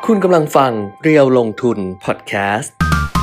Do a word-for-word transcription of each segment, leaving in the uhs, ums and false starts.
คุณกำลังฟังเรียวลงทุนพอดแคสต์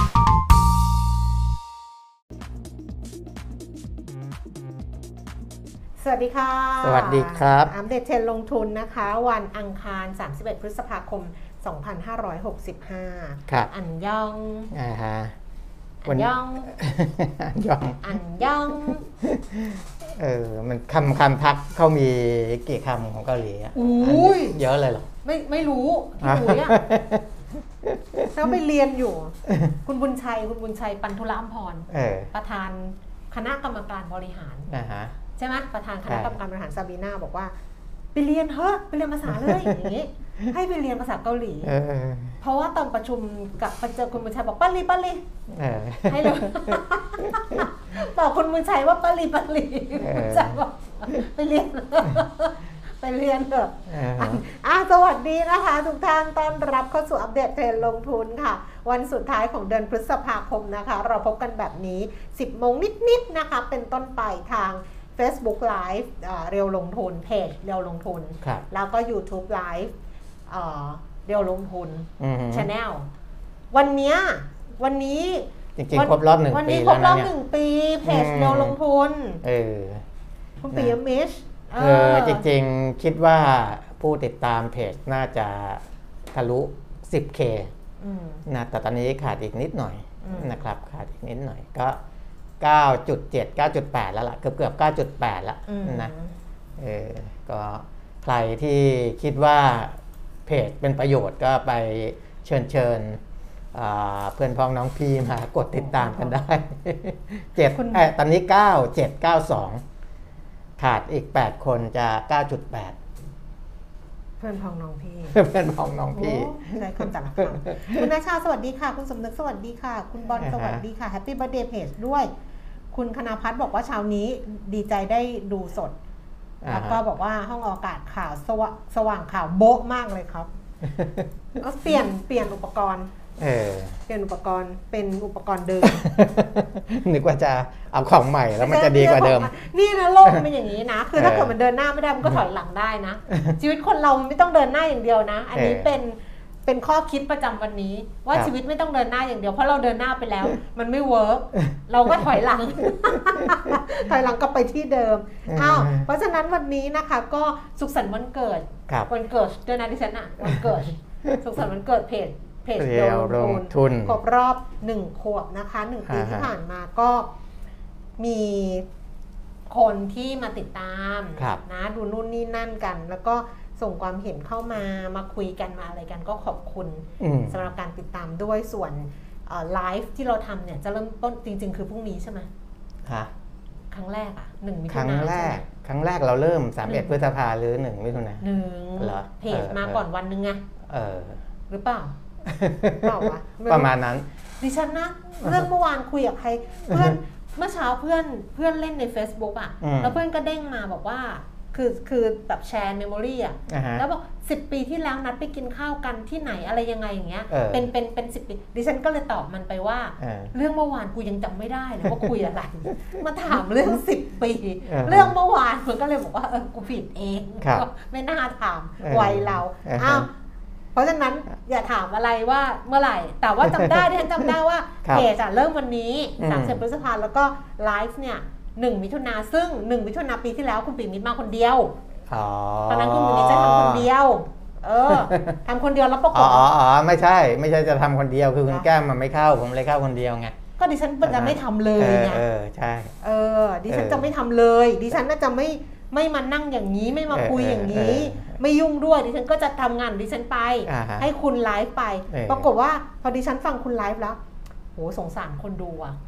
สวัสดีค่ะสวัสดีครับอัปเดตเทรนด์ลงทุนนะคะวันอังคารสามสิบเอ็ดพฤษภาคมสองพันห้าร้อยหกสิบห้าครับอันยองอ่าฮะอันยองอันยองอันยองเออมันคำคำทักเขามีกี่คำของเกาหลีอ่ะอุ้ยเยอะเลยเหรอไม่ไม่รู้พี่หนูอ่ะเขาไปเรียนอยู่คุณบุญชัยคุณบุญชัยปันธุระอัมพรประธานคณะกรรมการบริหารอ่าฮะใช่ไหมประธานคณะกรรมการบริหารซาบีนาบอกว่าไปเรียนเฮ้ยไปเรียนภาษาเลยอย่างนี้ให้ไปเรียนภาษาเกาหลีเพราะว่าตอนประชุมกับไปเจอคุณบุญชัยบอกป้าลีป้าลีให้เลยบอกคุณบุญชัยว่าป้าลีป้าลีบุญชัยบอกไปเรียนไปเรียนเถอะอ่ะสวัสดีนะคะทุกท่านต้อนรับเข้าสู่อัปเดตเทรนด์ลงทุนค่ะวันสุดท้ายของเดือนพฤษภาคมนะคะเราพบกันแบบนี้สิบโมงนิดๆนะคะเป็นต้นไปทางFacebook Live เรียวลงทุนเพจเรียวลงทุนแล้วก็ YouTube Live เรียวลงทุน Channel วันนี้วันนี้จริงๆครบรอบหนึ่งปีแล้วนะวันนี้ครบรอบหนึ่งปีเพจเรียวลงทุนเออคุณปิยมิชเออจริงๆคิดว่าผู้ติดตามเพจน่าจะทะลุ สิบเค นะแต่ตอนนี้ขาดอีกนิดหน่อยนะครับขาดอีกนิดหน่อยก็เก้าจุดเจ็ด เก้าจุดแปด แล้วล่ะเกือบๆ เก้าจุดแปด แล้วนะเออก็ใครที่คิดว่าเพจเป็นประโยชน์ก็ไปเชิญเชิญเพื่อนพ้องน้องพี่มากดติดตามกันได้เจ็ดเอ่อตอนนี้เก้า เจ็ด เก้า สองขาดอีกแปดคนจะ เก้าจุดแปดเพื่อนพ้องน้องพี่เพื่อนพ้องน้องพี่ได้คำจัดคำคุณนาชาสวัสดีค่ะคุณสมนึกสวัสดีค่ะคุณบอลสวัสดีค่ะแฮปปี้เบิร์ธเดย์เพจด้วยคุณคณพัฒน์บอกว่าเช้านี้ดีใจได้ดูสดแล้วก็บอกว่าห้องอากาศข่าวสว่างสว่างข่าวโบ๊ะมากเลยครับก็เปลี่ยนเปลี่ยนอุปกรณ์เออเปลี่ยนอุปกรณ์เป็นอุปกรณ์เดิมนึกว่าจะเอาของใหม่แล้วมันจะดีกว่าเดิมนี่นะโลกมันเป็นอย่างนี้นะคือถ้าเกิดมันเดินหน้าไม่ได้มันก็ถอยหลังได้นะชีวิตคนเรามันไม่ต้องเดินหน้าอย่างเดียวนะอันนี้เป็นเป็นข้อคิดประจำวันนี้ว่าชีวิตไม่ต้องเดินหน้าอย่างเดียวเพราะเราเดินหน้าไปแล้วมันไม่เวิร์กเราก็ถอยหลังถอยหลังกลับไปที่เดิมอ้าวเพราะฉะนั้นวันนี้นะคะก็สุขสันต์วันเกิดวันเกิดเดือนนั้นดิฉันอะวันเกิดสุขสันต์วันเกิดเพจเพจเรียวลงทุนครบรอบหนึ่งขวบนะคะหนึ่งปีที่ผ่านมาก็มีคนที่มาติดตามนะดูนู่นนี่นั่นกันแล้วก็ส่งความเห็นเข้ามามาคุยกันมาอะไรกันก็ขอบคุณสำหรับการติดตามด้วยส่วนไลฟ์ที่เราทำเนี่ยจะเริ่มต้นจริงๆคือพรุ่งนี้ใช่ไหมค่ะครั้งแรกอ่ะหนึ่งมิถุนายนครั้งแรกครั้งแรกเราเริ่มสามสิบเอ็ดพฤษภาหรือหนึ่งมิถุนายนหนึ่งเพจมาก่อนวันนึงไงเออหรือเปล่าเปล่าวะประมาณนั้นดิฉันนะเรื่องเมื่อวานคุยกับใครเพื่อนเมื่อเช้าเพื่อนเพื่อนเล่นใน Facebook อ่ะแล้วเพื่อนก็เด้งมาบอกว่าคือคือแบบแชร์เมมโมรี่อ่ะแล้วบอกสิบปีที่แล้วนัดไปกินข้าวกันที่ไหนอะไรยังไงอย่างเงี้ยเป็นเป็นเป็นสิบปีดิฉันก็เลยตอบมันไปว่าเรื่องเมื่อวานกูยังจำไม่ได้เลยว่าคุยอะไรมาถามเรื่องสิบปีเรื่องเมื่อวานมันก็เลยบอกว่าเออกูผิดเองไม่น่าถามวัยเราอ้าวเพราะฉะนั้นอย่าถามอะไรว่าเมื่อไหร่แต่ว่าจำได้ดิฉันจำได้ว่าเพจเริ่มวันนี้สามสิบพฤษภาคมแล้วก็ไลฟ์เนี่ยหนึ่งมิถุนาซึ่งหนึ่งมิถุนาปีที่แล้วคุณปิ่มมิตรมาคนเดียวตอนนั้นคุณปิ่มมิตรจะทำคนเดียวเออทำคนเดียวแล้วปรากฏอ๋ออ๋อไม่ใช่ไม่ใช่จะทำคนเดียวคือคุณแก้มมันไม่เข้าผมเลยเข้าคนเดียวไงก็ดิฉันจะไม่ทำเลยไงเออใช่เออดิฉันจะไม่ทำเลยดิฉันน่าจะไม่ไม่มานั่งอย่างนี้ไม่มาคุยอย่างนี้ไม่ยุ่งด้วยดิฉันก็จะทำงานดิฉันไปให้คุณไลฟ์ไปปรากฏว่าพอดิฉันฟังคุณไลฟ์แล้วโหสงสารคนดูอ่ะ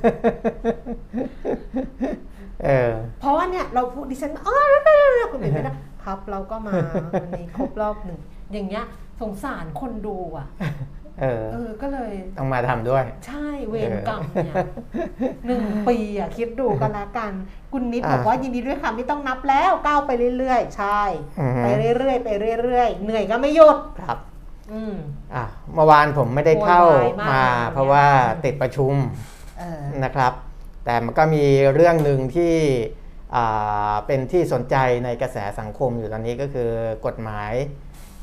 เออเพราะว่าเนี่ยเราพูดดิฉันอ๋อคุณเป็นไม่ได้ครับเราก็มาวันนี้ครบรอบหนึ่งอย่างเงี้ยสงสารคนดูอ่ะเออเออก็เลยต้องมาทำด้วยใช่เวรกรรมเนี่ยหนึ่งปีอ่ะคิดดูกันละกันคุณนิดบอกว่ายินดีด้วยค่ะไม่ต้องนับแล้วก้าวไปเรื่อยๆใช่ไปเรื่อยๆไปเรื่อยๆเหนื่อยก็ไม่หยุดครับอืมอ่ะเมื่อวานผมไม่ได้เข้ามาเพราะว่าติดประชุมนะครับแต่มันก็มีเรื่องหนึ่งที่เป็นที่สนใจในกระแสสังคมอยู่ตอนนี้ก็คือกฎหมาย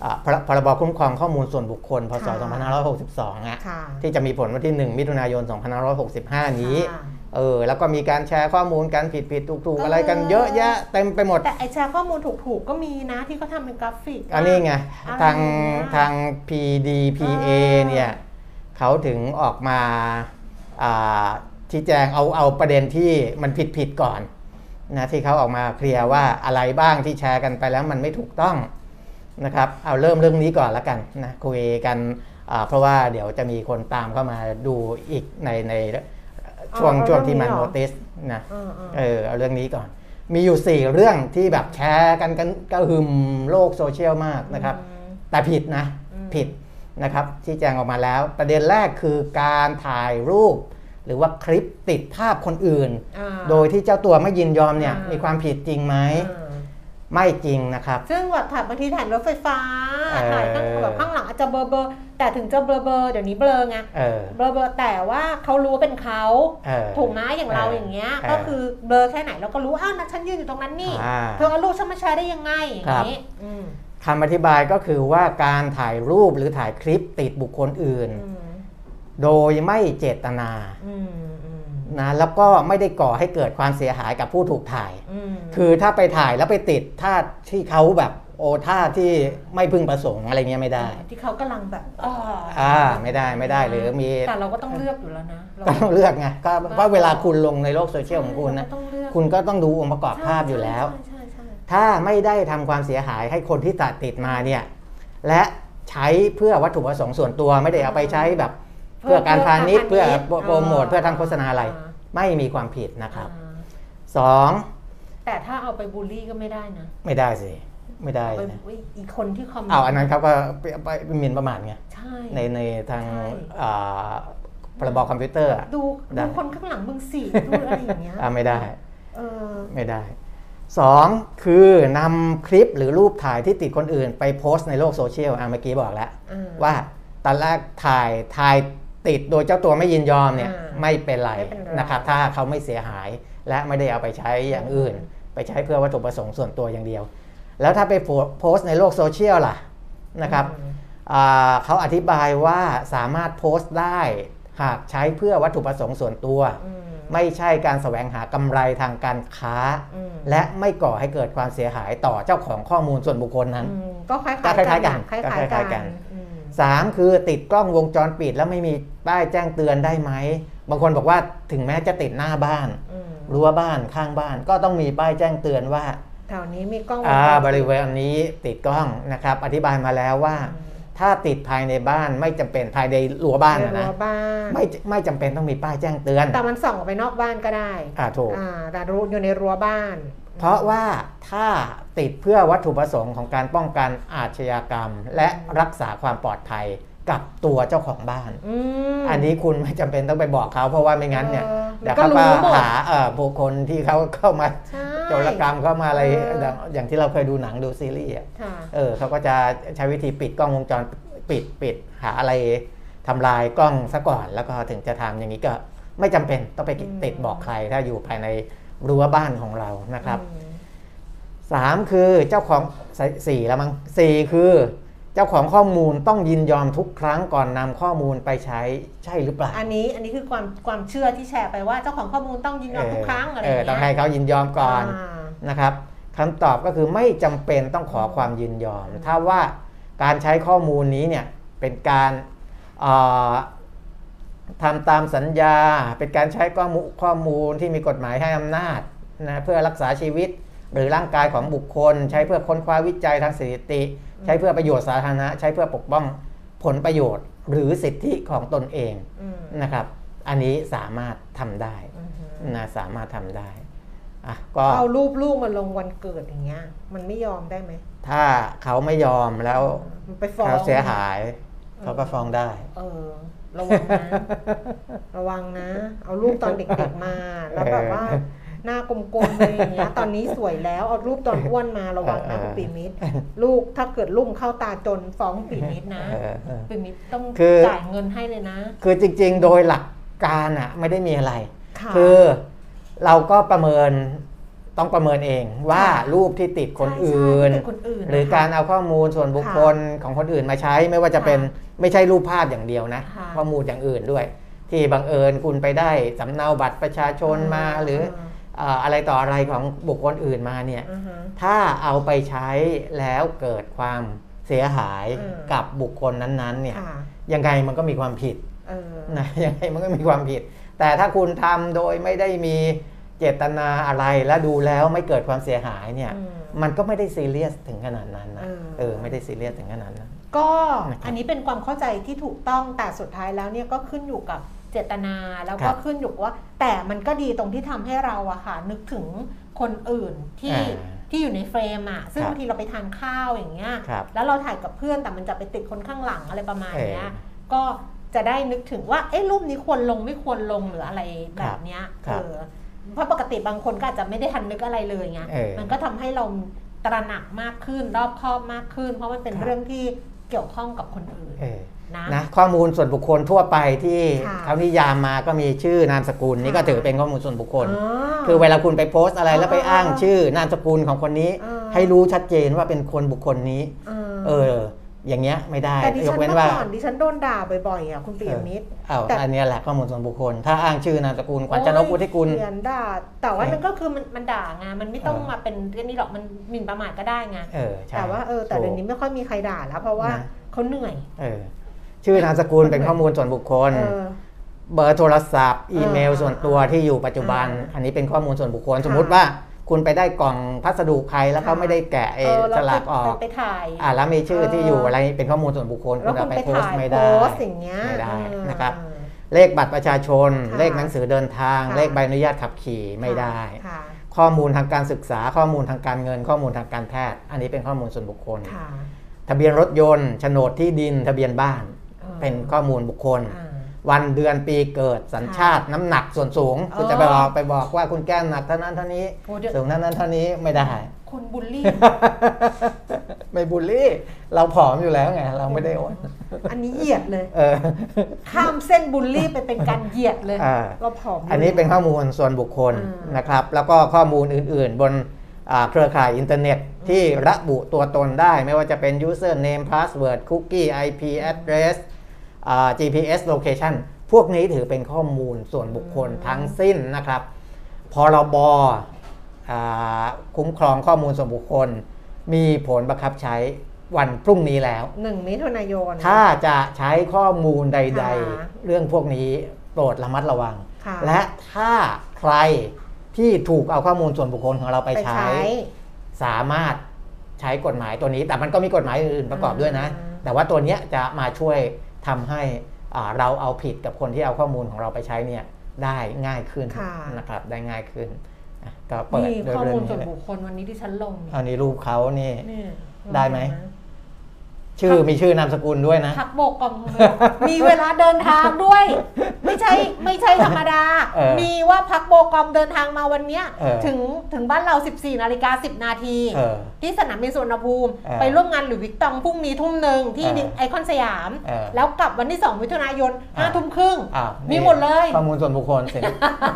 พรบคุ้มครองข้อมูลส่วนบุคคลพ.ศ. สองพันห้าร้อยหกสิบสองอ่ะที่จะมีผลวันที่หนึ่งมิถุนายนสองพันห้าร้อยหกสิบห้านี้เออแล้วก็มีการแชร์ข้อมูลกันผิดๆถูกๆอะไรกันเยอะแยะเต็มไปหมดแต่ไอแชร์ข้อมูลถูกๆก็มีนะที่เขาทำเป็นกราฟิกอันนี้ไงทางทาง พี ดี พี เอ เนี่ยเขาถึงออกมาชี้แจงเอาเอาประเด็นที่มันผิดๆก่อนนะที่เขาออกมาเคลียร์ว่าอะไรบ้างที่แชร์กันไปแล้วมันไม่ถูกต้องนะครับเอาเริ่มเรื่องนี้ก่อนแล้วกันนะคุยกันเพราะว่าเดี๋ยวจะมีคนตามเข้ามาดูอีกในในช่วงช่วงที่มันโนติสนะเออเอาเรื่องนี้ก่อนมีอยู่สี่เรื่องที่แบบแชร์กันกันกระหึ่มโลกโซเชียลมากนะครับแต่ผิดนะผิดนะครับชี้แจงออกมาแล้วประเด็นแรกคือการถ่ายรูปหรือว่าคลิปติดภาพคนอื่นโดยที่เจ้าตัวไม่ยินยอมเนี่ยมีความผิดจริงไหมไม่จริงนะครับซึ่งแบบถ่ายบางทีถ่ายรถไฟฟ้าถ่ายข้างแบบข้างหลังอาจจะเบลอเบอแต่ถึงจะเบลอเบอเดี๋ยวนี้เบลอไงเบลอเบอแต่ว่าเขารู้ว่าเป็นเขาถูกนะอย่างเราอย่างเงี้ยก็คือเบลอแค่ไหนเราก็รู้อ้าวนะฉันยืนอยู่ตรงนั้นนี่เธอเอารูปฉันมาแชร์ได้ยังไงอย่างนี้คำอธิบายก็คือว่าการถ่ายรูปหรือถ่ายคลิปติดบุคคลอื่นโดยไม่เจตนานะแล้วก็ไม่ได้ก่อให้เกิดความเสียหายกับผู้ถูกถ่ายคือถ้าไปถ่ายแล้วไปติดท่าที่เขาแบบโอท่าที่ไม่พึงประสงค์อะไรเงี้ยไม่ได้ที่เขากำลังแบบอ่าไม่ได้ไม่ได้หรือมีแต่เราก็ต้องเลือกอยู่แล้วนะก็ต้องเลือกไงก็เพราะเวลาคุณลงในโลกโซเชียลของคุณนะคุณก็ต้องดูองค์ประกอบภาพอยู่แล้วถ้าไม่ได้ทำความเสียหายให้คนที่ตัดติดมาเนี่ยและใช้เพื่อวัตถุประสงค์ส่วนตัวไม่ได้เอาไปใช้แบบเพื่อการพาณิชย์เพื่อโปรโมทเพื่อทำโฆษณาอะไรไม่มีความผิดนะครับสองแต่ถ้าเอาไปบูลลี่ก็ไม่ได้นะไม่ได้สิไม่ได้นะอีกคนที่คอมเมนต์เอาอันนั้นเขาก็ไปหมิ่นประมาทไงในในทางพรบคอมพิวเตอร์ดูดูคนข้างหลังมึงสี่ดูอะไรอย่างเงี้ยไม่ได้ไม่ได้สองคือนำคลิปหรือรูปถ่ายที่ติดคนอื่นไปโพสต์ในโลกโซเชียลอ่ะเมื่อกี้บอกแล้วว่าตอนแรกถ่ายถ่ายติดโดยเจ้าตัวไม่ยินยอมเนี่ยไม่เป็นไรนะครับถ้าเขาไม่เสียหายและไม่ได้เอาไปใช้อย่างอื่นไปใช้เพื่อวัตถุประสงค์ส่วนตัวอย่างเดียวแล้วถ้าไปโพสต์ในโลกโซเชียลล่ะนะครับเขาอธิบายว่าสามารถโพสต์ได้หากใช้เพื่อวัตถุประสงค์ส่วนตัวไม่ใช่การแสวงหากำไรทางการค้าและไม่ก่อให้เกิดความเสียหายต่อเจ้าของข้อมูลส่วนบุคคลนั้นก็คล้ายๆกันคล้ายๆกันสามคือติดกล้องวงจรปิดแล้วไม่มีป้ายแจ้งเตือนได้ไหมบางคนบอกว่าถึงแม้จะติดหน้าบ้านรั้วบ้านข้างบ้านก็ต้องมีป้ายแจ้งเตือนว่าแถวนี้มีกล้องบริเวณนี้ติดกล้องนะครับอธิบายมาแล้วว่าถ้าติดภายในบ้านไม่จำเป็นภายในรั้วบ้านนะไม่ไม่จำเป็นต้องมีป้ายแจ้งเตือนแต่มันส่องออกไปนอกบ้านก็ได้อ่าถูกแต่รู้อยู่ในรั้วบ้านเพราะว่าถ้าติดเพื่อวัตถุประสงค์ของการป้องกันอาชญากรรมและรักษาความปลอดภัยกับตัวเจ้าของบ้าน อ, อันนี้คุณไม่จำเป็นต้องไปบอกเขาเพราะว่าไม่งั้นเนี่ยเดี๋ยวเขามาหาบุคคลที่เขาเข้ามาโจรกรรมเข้ามาอะไรอย่างที่เราเคยดูหนังดูซีรีส์เออเขาก็จะใช้วิธีปิดกล้องวงจรปิดปิดหาอะไรทำลายกล้องซะก่อนแล้วก็ถึงจะทำอย่างนี้ก็ไม่จำเป็นต้องไปติดบอกใครถ้าอยู่ภายในรั้วบ้านของเรานะครับสามคือเจ้าของสี่แล้วมั้งสี่คือเจ้าของข้อมูลต้องยินยอมทุกครั้งก่อนนำข้อมูลไปใช้ใช่หรือเปล่าอันนี้อันนี้คือความความเชื่อที่แชร์ไปว่าเจ้าของข้อมูลต้องยินยอมทุกครั้งอะไรอย่างเงี้ยต้องให้เขายินยอมก่อนนะครับคำตอบก็คือไม่จำเป็นต้องขอความยินยอมถ้าว่าการใช้ข้อมูลนี้เนี่ยเป็นการทำตามสัญญาเป็นการใช้ข้อมูลที่มีกฎหมายให้อำนาจนะเพื่อรักษาชีวิตหรือร่างกายของบุคคลใช้เพื่อค้นคว้าวิจัยทางสถิติใช้เพื่อประโยชน์สาธารณะใช้เพื่อปกป้องผลประโยชน์หรือสิทธิของตนเองนะครับอันนี้สามารถทำได้นะสามารถทำได้อ่ะก็เอารูปลูกมาลงวันเกิดอย่างเงี้ยมันไม่ยอมได้ไหมถ้าเขาไม่ยอมแล้วเขาเสียหายเขาก็ฟ้องได้เออระวังนะระวังนะเอารูปตอนเด็กๆมาแล้วแบบว่าหน้ากลมๆเลยอย่างเงี้ยตอนนี้สวยแล้วเอารูปตอนอ้วนมาระวังนะคุณปีมิตรลูกถ้าเกิดลุ่มเข้าตาจนฟ้องปีมิตรนะปีมิตรต้องจ่ายเงินให้เลยนะคือจริงๆโดยหลักการอ่ะไม่ได้มีอะไรคือเราก็ประเมินต้องประเมินเองว่ารูปที่ติดคนอื่นหรือการเอาข้อมูลส่วนบุคคลของคนอื่นมาใช้ไม่ว่าจะเป็นไม่ใช่รูปภาพอย่างเดียวนะข้อมูลอย่างอื่นด้วยที่บังเอิญคุณไปได้สำเนาบัตรประชาชนมาหรืออะไรต่ออะไรของบุคคลอื่นมาเนี่ยถ้าเอาไปใช้แล้วเกิดความเสียหายกับบุคคลนั้นๆเนี่ยยังไงมันก็มีความผิดนะยังไงมันก็มีความผิดแต่ถ้าคุณทำโดยไม่ได้มีเจตนาอะไรและดูแล้วไม่เกิดความเสียหายเนี่ยมันก็ไม่ได้ซีเรียสถึงขนาดนั้นนะเออไม่ได้ซีเรียสถึงขนาดนั้นก็อันนี้เป็นความเข้าใจที่ถูกต้องแต่สุดท้ายแล้วเนี่ยก็ขึ้นอยู่กับเจตนาแล้วก็ขึ้นอยู่ว่าแต่มันก็ดีตรงที่ทำให้เราอะค่ะนึกถึงคนอื่นที่ที่อยู่ในเฟรมอะซึ่งบางทีเราไปทานข้าวอย่างเงี้ยแล้วเราถ่ายกับเพื่อนแต่มันจะไปติดคนข้างหลังอะไรประมาณเนี้ยก็จะได้นึกถึงว่าเอ๊ะรูปนี้ควรลงไม่ควรลงหรืออะไรแบบเนี้ยเออเพราะปกติบางคนก็อาจจะไม่ได้ทันนึกอะไรเลยไงมันก็ทำให้เราตระหนักมากขึ้นรอบคอบมากขึ้นเพราะมันเป็นเรื่องที่เกี่ยวข้องกับคนอื่นนะนะข้อมูลส่วนบุคคลทั่วไปที่เขานิยามมาก็มีชื่อนามสกุลนี่ก็ถือเป็นข้อมูลส่วนบุคคลคือเวลาคุณไปโพสต์อะไรแล้วไปอ้างชื่อนามสกุลของคนนี้ให้รู้ชัดเจนว่าเป็นคนบุคคลนี้เอออย่างเงี้ยไม่ได้แต่ดิฉันเมื่อก่อนดิฉันโดนด่าบ่อยๆอ่ะคุณปิยมิตรอ้าวอันนี้แหละข้อมูลส่วนบุคคลถ้าอ้างชื่อนามสกุลขวัญชนกวุฒิกุลเขียนด่าแต่ว่ามันก็คือมันมันด่าไงมันไม่ต้องมาเป็นเรื่องนี้หรอกมันหมิ่นประมาทก็ได้ไงแต่ว่าเออแต่เดี๋ยวนี้ไม่ค่อยมีใครด่าแล้วเพราะว่าเขาเหนื่อยเออชื่อนามสกุลเป็นข้อมูลส่วนบุคคลเบอร์โทรศัพท์อีเมลส่วนตัวที่อยู่ปัจจุบันอันนี้เป็นข้อมูลส่วนบุคคลสมมุติว่าคุณไปได้กล่องพัสดุใครแล้วเขาไม่ได้แกะสลักออกไปถ่ายอ่าแล้วมีชื่อที่อยู่อะไรเป็นข้อมูลส่วนบุคคลคุณเอาไปโพสต์ไม่ได้ไม่ได้นะครับเลขบัตรประชาชนเลขหนังสือเดินทางเลขใบอนุญาตขับขี่ไม่ได้ข้อมูลทางการศึกษาข้อมูลทางการเงินข้อมูลทางการแพทย์อันนี้เป็นข้อมูลส่วนบุคคลทะเบียนรถยนต์โฉนดที่ดินทะเบียนบ้านเป็นข้อมูลบุคคลวันเดือนปีเกิดสัญชาติน้ำหนักส่วนสูงคุณจะไปบอกไปบอกว่าคุณแก้มหนักเท่านั้นเท่านี้สูงเท่านั้นเท่านี้ไม่ได้คนบูลลี่ไม่บูลลี่เราผอมอยู่แล้วไงเราไม่ได้อ้วนอันนี้เหยียดเลยข้ามเส้นบูลลี่ไปเป็นการเหยียดเลยเราผอมอันนี้เป็นข้อมูลส่วนบุคคลนะครับแล้วก็ข้อมูลอื่นๆบนเครือข่ายอินเทอร์เน็ตที่ระบุตัวตนได้ไม่ว่าจะเป็น username password cookie ไอ พี addressจี พี เอส location พวกนี้ถือเป็นข้อมูลส่วนบุคคลทั้งสิ้นนะครับพรบคุ้มครองข้อมูลส่วนบุคคลมีผลบังคับใช้วันพรุ่งนี้แล้วหนึ่งมิถุนายนถ้าจะใช้ข้อมูลใดๆเรื่องพวกนี้โปรดระมัดระวังและถ้าใครที่ถูกเอาข้อมูลส่วนบุคคลของเราไปใช้สามารถใช้กฎหมายตัวนี้แต่มันก็มีกฎหมายอื่นประกอบด้วยนะแต่ว่าตัวนี้จะมาช่วยทำให้เราเอาผิดกับคนที่เอาข้อมูลของเราไปใช้เนี่ยได้ง่ายขึ้นนะครับได้ง่ายขึ้นก็เปิดข้อมูลส่วนบุคคลวันนี้ที่ฉันลงอันนี้รูปเขานี่ได้ไหมชื่อมีชื่อนามสกุลด้วยนะพักโบกกองมีเวลาเดินทางด้วยไม่ใช่ไม่ใช่ธรรมดามีว่าพักโบกอมเดินทางมาวันนี้ถึงถึงบ้านเรา สิบสี่นาฬิกาสิบนาทีที่สนามบินสุวรรณภูมิไปร่วมงานหลุยส์วิกตองพรุ่งนี้ทุ่มหนึ่งที่ไอคอนสยามแล้วกลับวันที่สองมิถุนายนห้าทุ่มครึ่งมีหมดเลยข้อมูลส่วนบุคคลสิ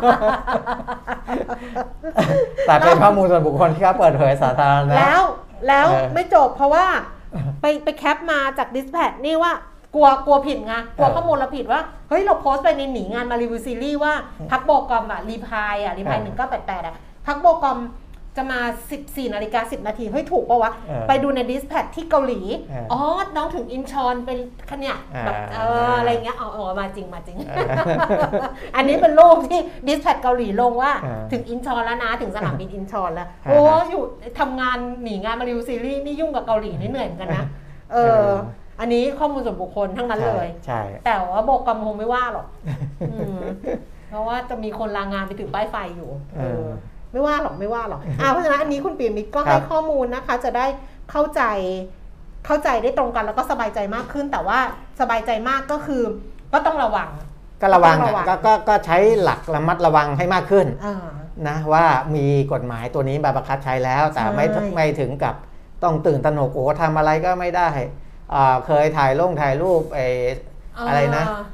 แต่เป็นข้อมูลส่วนบุคคลที่เขาเปิดเผยสาธารณะแล้วแล้วไม่จบเพราะว่าไปไปแคปมาจากดิสแพทนี่ว่ากลัวกลัวผิดไงกลัวข้อมูลเราผิดว่าเฮ้ยเราโพสต์ไปในหนีงานมารีวิวซีรีส์ว่าพักโบกอมอะรีพายอะรีพายหนึ่งเก้าแปดแปดอะพักโบกอมจะมา สิบสี่นาฬิกาสิบนาทีเฮ้ยถูกป่าววะไปดูในดิสแพทที่เกาหลีอ๋อน้องถึงอินชอนเป็นคันเนี่ยแบบเอออะไรเงี้ยเอาเอามาจริงมาจริงอันนี้เป็นรูปที่ดิสแพทเกาหลีลงว่าถึงอินชอนแล้วนะถึงสนามบินอินชอนแล้วโอ้อยู่ทำงานหนีงานมารีวิวซีรีส์นี่ยุ่งกับเกาหลีนี่เหนื่อยเหมือนกันนะเอออันนี้ข้อมูลส่วนบุคคลทั้งนั้นเลยใช่แต่ว่าโบกอมคงไม่ว่าหรอกเพราะว่าจะมีคนลางานไปถือป้ายไฟอยู่เออไม่ว่าหรอกไม่ว่าหรอกอ่าเพราะฉะนั้นอันนี้คุณปีมิตรก็ให้ข้อมูลนะคะจะได้เข้าใจเข้าใจได้ตรงกันแล้วก็สบายใจมากขึ้นแต่ว่าสบายใจมากก็คือก็ต้องระวังก็ระวังก็ก็ก็ใช้หลักระมัดระวังให้มากขึ้นนะว่ามีกฎหมายตัวนี้มาบังคับใช้แล้วแต่ไม่ไม่ถึงกับต้องตื่นตระหนกโอ้ทำอะไรก็ไม่ได้เคยถ่ายลงถ่ายรูปไอ้อะไรนะ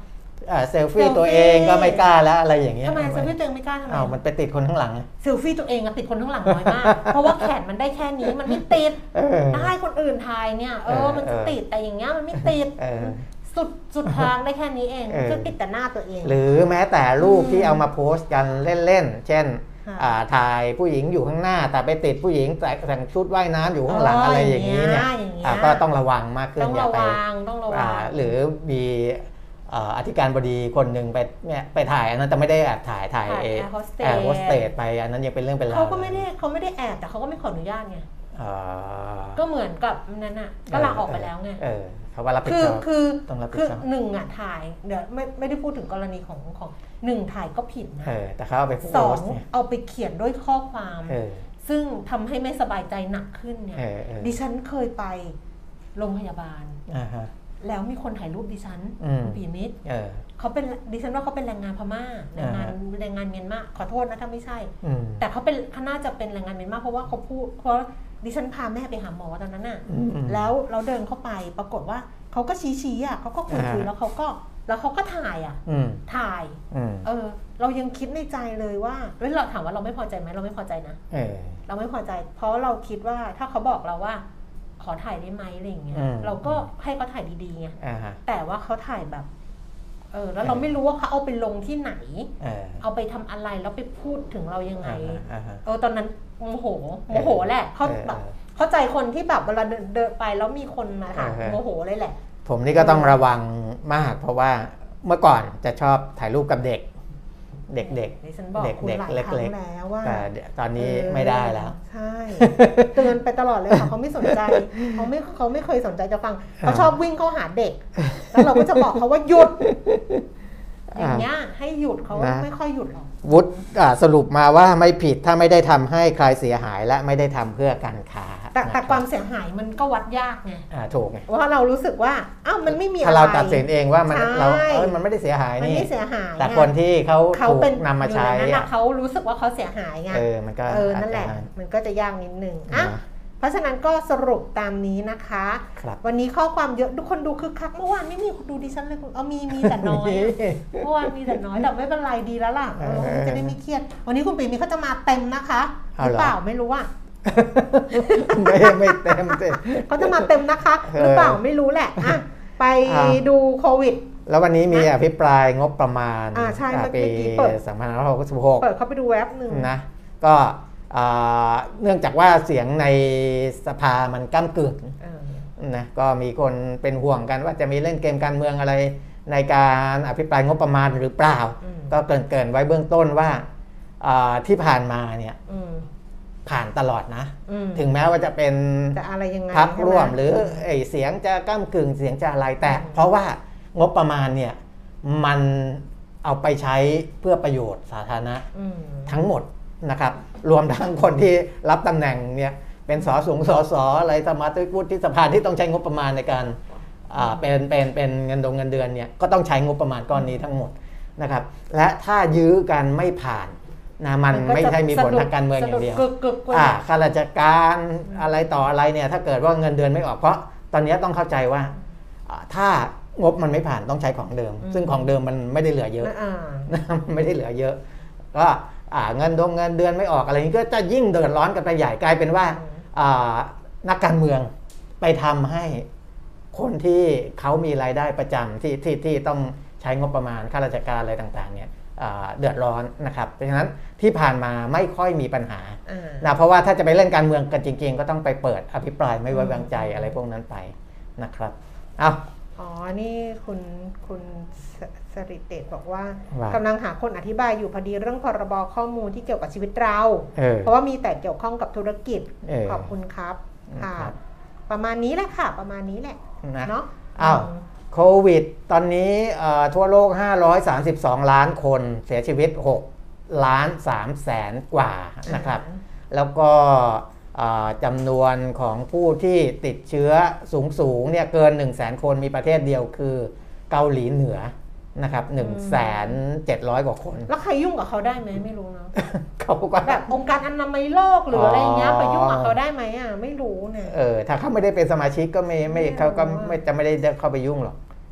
เซลฟี่ตัวเองก็ไม่กล้าแล้วอะไรอย่างเงี้ยทำไมเซลฟี่ตัวเองไม่กล้าทำไมอ้าวมันไปติดคนข้างหลังเซลฟี่ตัวเองอะติดคนข้างหลังน้อยมากเพราะว่าแขนมันได้แค่นี้มันไม่ติดได้คนอื่นถ่ายเนี่ยเออมันจะติดแต่อย่างเงี้ยมันไม่ติดสุดสุดทางได้แค่นี้เองคือติดแต่หน้าตัวเองหรือแม้แต่รูปที่เอามาโพสต์กันเล่นๆเช่นถ่ายผู้หญิงอยู่ข้างหน้าแต่ไปติดผู้หญิงแต่งชุดว่ายน้ำอยู่ข้างหลังอะไรอย่างนี้เนี่ยก็ต้องระวังมากขึ้นอย่าไปหรือมีอธิการบดีคนหนึ่งไปเนี่ยไปถ่ายอันนั้นแต่ไม่ได้แอบถ่ายถ่ายแอร์โฮสเตสไปอันนั้นยังเป็นเรื่องเป็นราวเขาก็ไม่ได้เขาไม่ได้แอบแต่เขาก็ไม่ขออนุญาตไงก็เหมือนกับนั้นน่ะก็ลาออกไปแล้วไงเขาว่ารับผิดชอบคือคือหนึ่งอ่ะถ่ายเดี๋ยวไม่ไม่ได้พูดถึงกรณีของของหนึ่งถ่ายก็ผิดนะแต่เขาเอาไปสองเอาไปเขียนด้วยข้อความซึ่งทำให้ไม่สบายใจหนักขึ้นเนี่ยดิฉันเคยไปโรงพยาบาลแล้วมีคนถ่ายรูปดิฉันปีมิตรเขาเป็นดิฉันว่าเขาเป็นแรงงานพม่าแรงงานแรงงานเมียนมาขอโทษนะถ้าไม่ใช่แต่เขาเป็นเขาน่าจะเป็นแรงงานเมียนมาเพราะว่าเขาพูดเพราะดิฉันพาแม่ไปหาหมอตอนนั้นน่ะแล้วเราเดินเข้าไปปรากฏว่าเขาก็ชี้ๆอ่ะเขาก็คุยๆแล้วเขาก็แล้วเขาก็ถ่ายอ่ะถ่ายเออเรายังคิดในใจเลยว่าเวลาเราถามว่าเราไม่พอใจไหมเราไม่พอใจนะเราไม่พอใจเพราะเราคิดว่าถ้าเขาบอกเราว่าขอถ่ายได้ไหมอะไรอย่างเงี้ยเราก็ให้เขาถ่ายดีๆไงแต่ว่าเขาถ่ายแบบเออแล้วเราไม่รู้ว่าเขาเอาไปลงที่ไหนเอาไปทำอะไรแล้วไปพูดถึงเรายังไงเออตอนนั้นโมโหโมโหแหละเขาแบบเข้าใจคนที่แบบเวลาเดินไปแล้วมีคนมาถามโมโหเลยแหละผมนี่ก็ต้องระวังมากเพราะว่าเมื่อก่อนจะชอบถ่ายรูปกับเด็กเด็กๆเด็กเด็กเล็กๆแต่ตอนนี้ไม่ได้แล้วใช่เตือนไปตลอดเลยค่ะเขาไม่สนใจเขาไม่เขาไม่เคยสนใจจะฟังเขาชอบวิ่งเข้าหาเด็กแล้วเราก็จะบอกเขาว่าหยุดอย่างเงี้ยให้หยุดเขาไม่ค่อยหยุดหรอกวุฒิสรุปมาว่าไม่ผิดถ้าไม่ได้ทำให้ใครเสียหายและไม่ได้ทำเพื่อการค้าแต่แต่ความเสียหายมันก็วัดยากไงถูกไงว่าเรารู้สึกว่าอ้าวมันไม่มีอะไรถ้าเราตัดสินเองว่ามันเราเออมันไม่ได้เสียหายนี่มันไม่เสียหายแต่คนที่เขาถูกนำมาใช้เขารู้สึกว่าเขาเสียหายไงเออมันก็เออนั่นแหละมันก็จะยากนิดนึงอ่ะเพราะฉะนั้นก็สรุปตามนี้นะคะวันนี้ข้อความเยอะทุกคนดูคึกคักเมื่อวานไม่มีดูดิฉันเลยคุณเอามีมีแต่น้อยเมื่อวานมีแต่น้อยแต่ไม่เป็นไรดีแล้วล่ะจะได้ไม่เครียดวันนี้คุณปีมีเขาจะมาเต็มนะคะหรือเปล่าไม่รู้ว่าไม่ไม่เต็มสิเขาจะมาเต็มนะคะหรือเปล่าไม่รู้แหละอ่ะไปดูโควิดแล้ววันนี้มีอภิปรายงบประมาณปีสองพันห้าร้อยหกสิบหกเปิดเข้าไปดูแว็บหนึ่งนะก็เนื่องจากว่าเสียงในสภามันก้ำกึ่งนะก็มีคนเป็นห่วงกันว่าจะมีเล่นเกมการเมืองอะไรในการอภิปรายงบประมาณหรือเปล่าก็เกริ่นๆไว้เบื้องต้นว่าที่ผ่านมาเนี่ยผ่านตลอดนะถึงแม้ว่าจะเป็นพรรคร่วมหรือไอ้เสียงจะก้ำกึ่งเสียงจะอะไรแต่เพราะว่างบประมาณเนี่ยมันเอาไปใช้เพื่อประโยชน์สาธารณะทั้งหมดนะครับรวมทั้งคนที่รับตำแหน่งเนี่ยเป็นสสสสอะไรสมาชิกวุฒิสภาที่ต้องใช้งบประมาณในการเป็นเป็นเป็นเงินดงเงินเดือนเนี่ยก็ต้องใช้งบประมาณก้อนนี้ทั้งหมดนะครับและถ้ายื้อกันไม่ผ่านนะมันไม่ใช่มีผลทางการเมืองอย่างเดียวข้าราชการอะไรต่ออะไรเนี่ยถ้าเกิดว่าเงินเดือนไม่ออกเพราะตอนนี้ต้องเข้าใจว่าถ้างบมันไม่ผ่านต้องใช้ของเดิมซึ่งของเดิมมันไม่ได้เหลือเยอะไม่ได้เหลือเยอะก็เงินดงเงินเดือนไม่ออกอะไรนี้ก็จะยิ่งเดือดร้อนกันไปใหญ่กลายเป็นว่านักการเมืองไปทำให้คนที่เขามีรายได้ประจำที่ที่ที่ต้องใช้งบประมาณข้าราชการอะไรต่างๆเนี่ยเดือดร้อนนะครับเพราะฉะนั้นที่ผ่านมาไม่ค่อยมีปัญหานะเพราะว่าถ้าจะไปเล่นการเมืองกันจริงๆก็ต้องไปเปิดอภิปรายไม่ไว้วางใจอะไรพวกนั้นไปนะครับเอาอ๋อนี่คุณคุณสริเดชบอกว่ากำลังหาคนอธิบายอยู่พอดีเรื่องพรบข้อมูลที่เกี่ยวกับชีวิตเราเพราะว่ามีแต่เกี่ยวข้องกับธุรกิจขอบคุณครับค่ะประมาณนี้แหละค่ะประมาณนี้แหละเนาะอ้าวโควิดตอนนี้ทั่วโลกห้าร้อยสามสิบสองล้านคนเสียชีวิตหกล้านสามแสนกว่านะครับแล้วก็จำนวนของผู้ที่ติดเชื้อสูงๆเนี่ยเกิน หนึ่งแสน คนมีประเทศเดียวคือเกาหลีเหนือนะครับ หนึ่งแสนเจ็ดร้อย กว่าคนแล้วใครยุ่งกับเขาได้ไหมไม่รู้เนาะเขาก็แบบองค์การอนามัยโลกหรืออะไรเงี้ยไปยุ่งกับเขาได้ไหมอ่ะไม่รู้เนี่ยเออถ้าเขาไม่ได้เป็นสมาชิกก็ไม่ไม่เขาก็ไม่จะไม่ได้เข้าไปยุ่งหรอก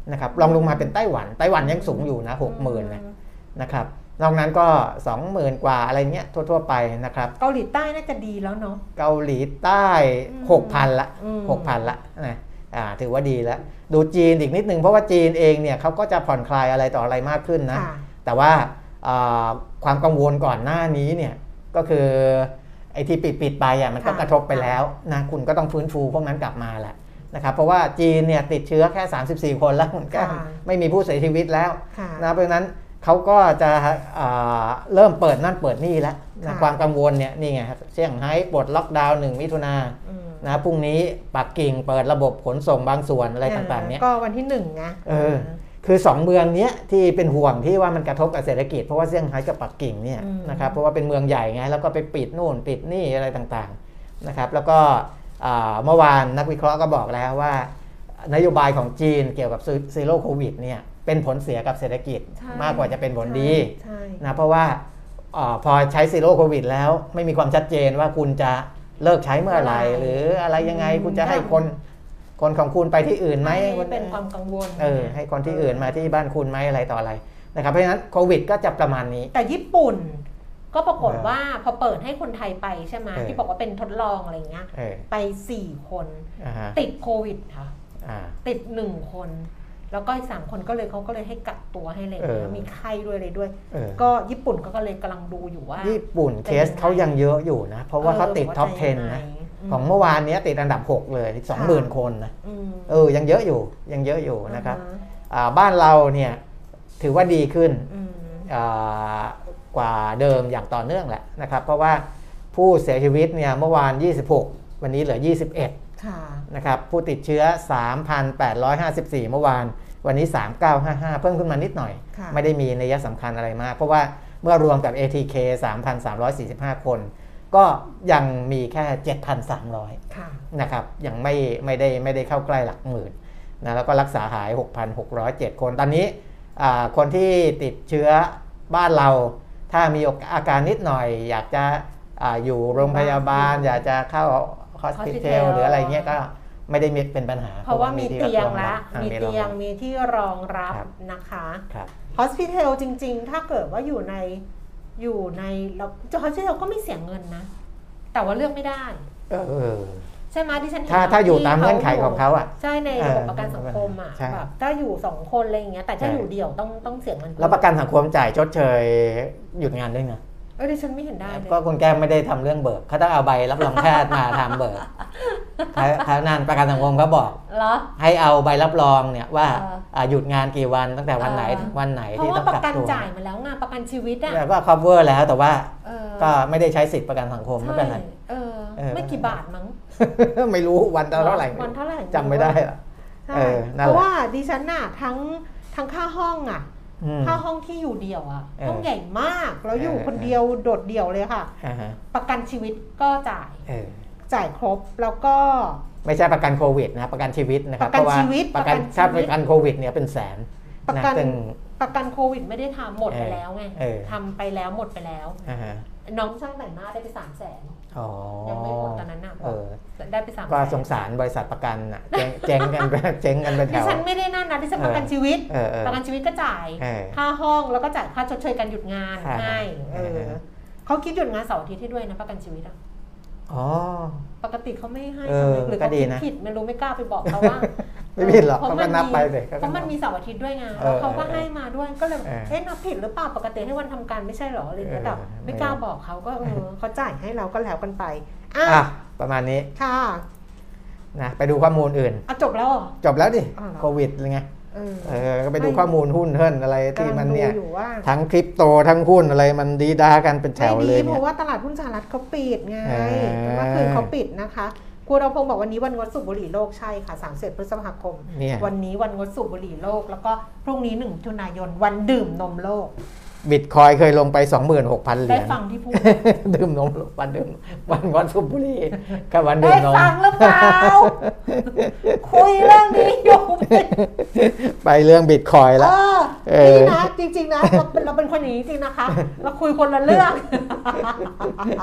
นะครับลองลงมาเป็นไต้หวันไต้หวันยังสูงอยู่นะ หกหมื่น นะนะครับนอกนั้นก็ สองหมื่น กว่าอะไรเงี้ยทั่วๆไปนะครับเกาหลีใต้น่าจะดีแล้วเนาะเกาหลีใต้ หกพัน ละ หกพัน ละนะอ่าถือว่าดีแล้วดูจีนอีกนิดนึงเพราะว่าจีนเองเนี่ยเขาก็จะผ่อนคลายอะไรต่ออะไรมากขึ้นนะแต่ว่าความกังวลก่อนหน้านี้เนี่ยก็คือไอ้ที่ปิดปิดไปอ่ะมันก็กระทบไปแล้วนะคุณก็ต้องฟื้นฟูพวกนั้นกลับมาแหละนะครับเพราะว่าจีนเนี่ยติดเชื้อแค่สามสิบสี่คนแล้วมันก็ไม่มีผู้เสียชีวิตแล้วนะเพราะฉะนั้นเขาก็จะเริ่มเปิดนั่นเปิดนี่แล้วนะความกังวลเนี่ยนี่ไงเซี่ยงไฮ้ปลดล็อกดาวน์หนึ่งมิถุนายนนะพรุ่งนี้ปักกิ่งเปิดระบบขนส่งบางส่วนอะไรต่างๆเนี่ยก็วันที่หนึ่งนะเออคือสองเมืองนี้ที่เป็นห่วงที่ว่ามันกระทบกับเศรษฐกิจเพราะว่าเซี่ยงไฮ้กับปักกิ่งเนี่ยนะครับเพราะว่าเป็นเมืองใหญ่ไงแล้วก็ไปปิดนู่นปิดนี่อะไรต่างๆนะครับแล้วก็เมื่อวานนักวิเคราะห์ก็บอกแล้วว่านโยบายของจีนเกี่ยวกับซีโร่โควิดเนี่ยเป็นผลเสียกับเศรษฐกิจมากกว่าจะเป็นผลดีนะเพราะว่าพอใช้ซีโร่โควิดแล้วไม่มีความชัดเจนว่าคุณจะเลิกใช้เมื่อไหร่หรืออะไรยังไงคุณจะให้คนคนของคุณไปที่อื่นไหมเป็นความกังวลเออให้คนที่อื่นมาที่บ้านคุณไหมอะไรต่ออะไรนะครับเพราะฉะนั้นโควิดก็จะประมาณนี้แต่ญี่ปุ่นก็ปรากฏว่าพอเปิดให้คนไทยไปใช่ไหมที่บอกว่าเป็นทดลองอะไรเงี้ยไปสี่คนติดโควิดค่ะติดหนึ่งคนแล้วก็อีกสามคนก็เลยเขาก็เลยให้กักตัวให้เลยมีไข้ด้วยเลยด้วยก็ญี่ปุ่นก็เลยกำลังดูอยู่ว่าญี่ปุ่นเคสเขายังเยอะอยู่นะเพราะว่าเขาติดท็อปสิบนะของเมื่อวานนี้ติดอันดับหกเลย สองหมื่น คนนะเออยังเยอะอยู่ยังเยอะอยู่นะครับบ้านเราเนี่ยถือว่าดีขึ้นกว่าเดิมอย่างต่อเนื่องแหละนะครับเพราะว่าผู้เสียชีวิตเนี่ยเมื่อวานยี่สิบหกวันนี้เหลือยี่สิบเอ็ดนะครับผู้ติดเชื้อ สามพันแปดร้อยห้าสิบสี่ เมื่อวานวันนี้สามพันเก้าร้อยห้าสิบห้าเพิ่มขึ้นมานิดหน่อยไม่ได้มีนัยสำคัญอะไรมากเพราะว่าเมื่อรวมกับ เอ ที เค สามพันสามร้อยสี่สิบห้า คนก็ยังมีแค่ เจ็ดพันสามร้อย นะครับยังไม่ไม่ได้ไม่ได้เข้าใกล้หลักหมื่นนะแล้วก็รักษาหาย หกพันหกร้อยเจ็ด คนตอนนี้คนที่ติดเชื้อบ้านเราถ้ามีอาการนิดหน่อยอยากจะออยู่โรงพยาบาลอยากจะเข้าฮอสพิทอลหรืออะไรเงี้ยก็ไม่ได้มีเป็นปัญหาเพราะว่ามีเตียงละมีเตียงมีที่รองรับนะคะฮอสพิทอลจริงๆถ้าเกิดว่าอยู่ในอยู่ในเราจะฮอสพิทอลก็ไม่เสียเงินนะแต่ว่าเลือกไม่ได้เออใช่ไหมที่ฉันเห็นถ้าถ้าอยู่ตามเงื่อนไขของเขาอ่ะใช่ในระบบประกันสังคมอ่ะแบบถ้าอยู่สองคนอะไรอย่างเงี้ยแต่ถ้าอยู่เดี่ยวต้องต้องเสียเงินแล้วประกันสังคมจ่ายชดเชยหยุดงานด้วยไงเออดิฉันไม่เห็นได้เลยก็คุณแก้มไม่ได้ทำเรื่องเบิกเขาต้องเอาใบรับรองแพทย์มาทำเบิกเขานั่นประกันสังคมเขาบอกให้เอาใบรับรองเนี่ยว่าหยุดงานกี่วันตั้งแต่วันไหนถึงวันไหนที่ต้องกักตัวเพราะว่าประกันจ่ายมาแล้วงานประกันชีวิตอ่ะก็ cover แล้วแต่ว่าก็ไม่ได้ใช้สิทธิประกันสังคมไม่เป็นไรไม่กี่บาทมั้งไม่รู้วันเท่าไหร่วันเท่าไหร่จำไม่ได้อะเพราะว่าดิฉันน่ะทั้งทั้งค่าห้องอ่ะค่าห้องที่อยู่เดี่ยวอ่ะห้องใหญ่มากแล้วอยู่คนเดียวโดดเดี่ยวเลยค่ะประกันชีวิตก็จ่ายจ่ายครบแล้วก็ไม่ใช่ประกันโควิดนะประกันชีวิตนะครับเพราะว่าประกันถ้าประกันโควิดเนี่ยเป็นแสนประกันประกันโควิดไม่ได้ทำหมดไปแล้วไงทำไปแล้วหมดไปแล้วน้องช่างแต่งหน้าได้ไปสามแสนยังไม่หมดตอนนั้นน่ะได้ไปสามก็สงสารบริษัทประกันอ่ะเจ๊งกันเจ๊งกันไปแถวดิฉันไม่ได้นั่นนะดิฉันประกันชีวิตประกันชีวิตก็จ่ายค่าห้องแล้วก็จ่ายค่าชดเชยการหยุดงานให้เขาคิดหยุดงานเสาร์อาทิตย์ให้ด้วยนะประกันชีวิตอ่ะปกติเขาไม่ให้หรือเขาคิดผิดไม่รู้ไม่กล้าไปบอกเขาว่าไม่ผิดหรอกเขาก็นับไปเลยเพราะมันมีเสาร์อาทิตย์ด้วยไงแล้วเขาก็ให้มาด้วยก็เลยเอ๊ะนับผิดหรือเปล่าปกติให้วันทำการไม่ใช่หรออะไรอย่างเงี้ยแต่ไม่กล้าบอกเขาก็เออเขาจ่ายให้เราก็แล้วกันไปอ่ะประมาณนี้ค่ะนะไปดูข้อมูลอื่นอ่ะจบแล้วจบแล้วดิโควิดอะไรเงี้ยเออก็ไปดูข้อมูลหุ้นเฮิรนอะไรที่มันเนี่ยทั้งคริปโตทั้งหุ้นอะไรมันดีด้ากันเป็นแถวเลยเพราะว่าตลาดหุ้นสหรัฐเขาปิดไงเมื่อคืนเขาปิดนะคะคุณเราพงบอกวันนี้วันงดสูบบุหรี่โลกใช่ค่ะสามสิบพฤษภาคมวันนี้วันงดสูบบุหรี่โลกแล้วก็พรุ่งนี้หนึ่งมิถุนายนวันดื่มนมโลกบิตคอยเคยลงไป สองหมื่นหกพัน เหรียญได้ฟังที่พูดดื่มนมวันดื่มวันงดสูบบุหรี่กับวันดื่มนมได้ฟังหรือเปล่าคุยเรื่องนี้อยู่ไปเรื่องบิตคอยแล้วเออนี่นะจริงๆนะเราเป็นเราเป็นคนอย่างนี้จริงนะคะเราคุยคนละเรื่อง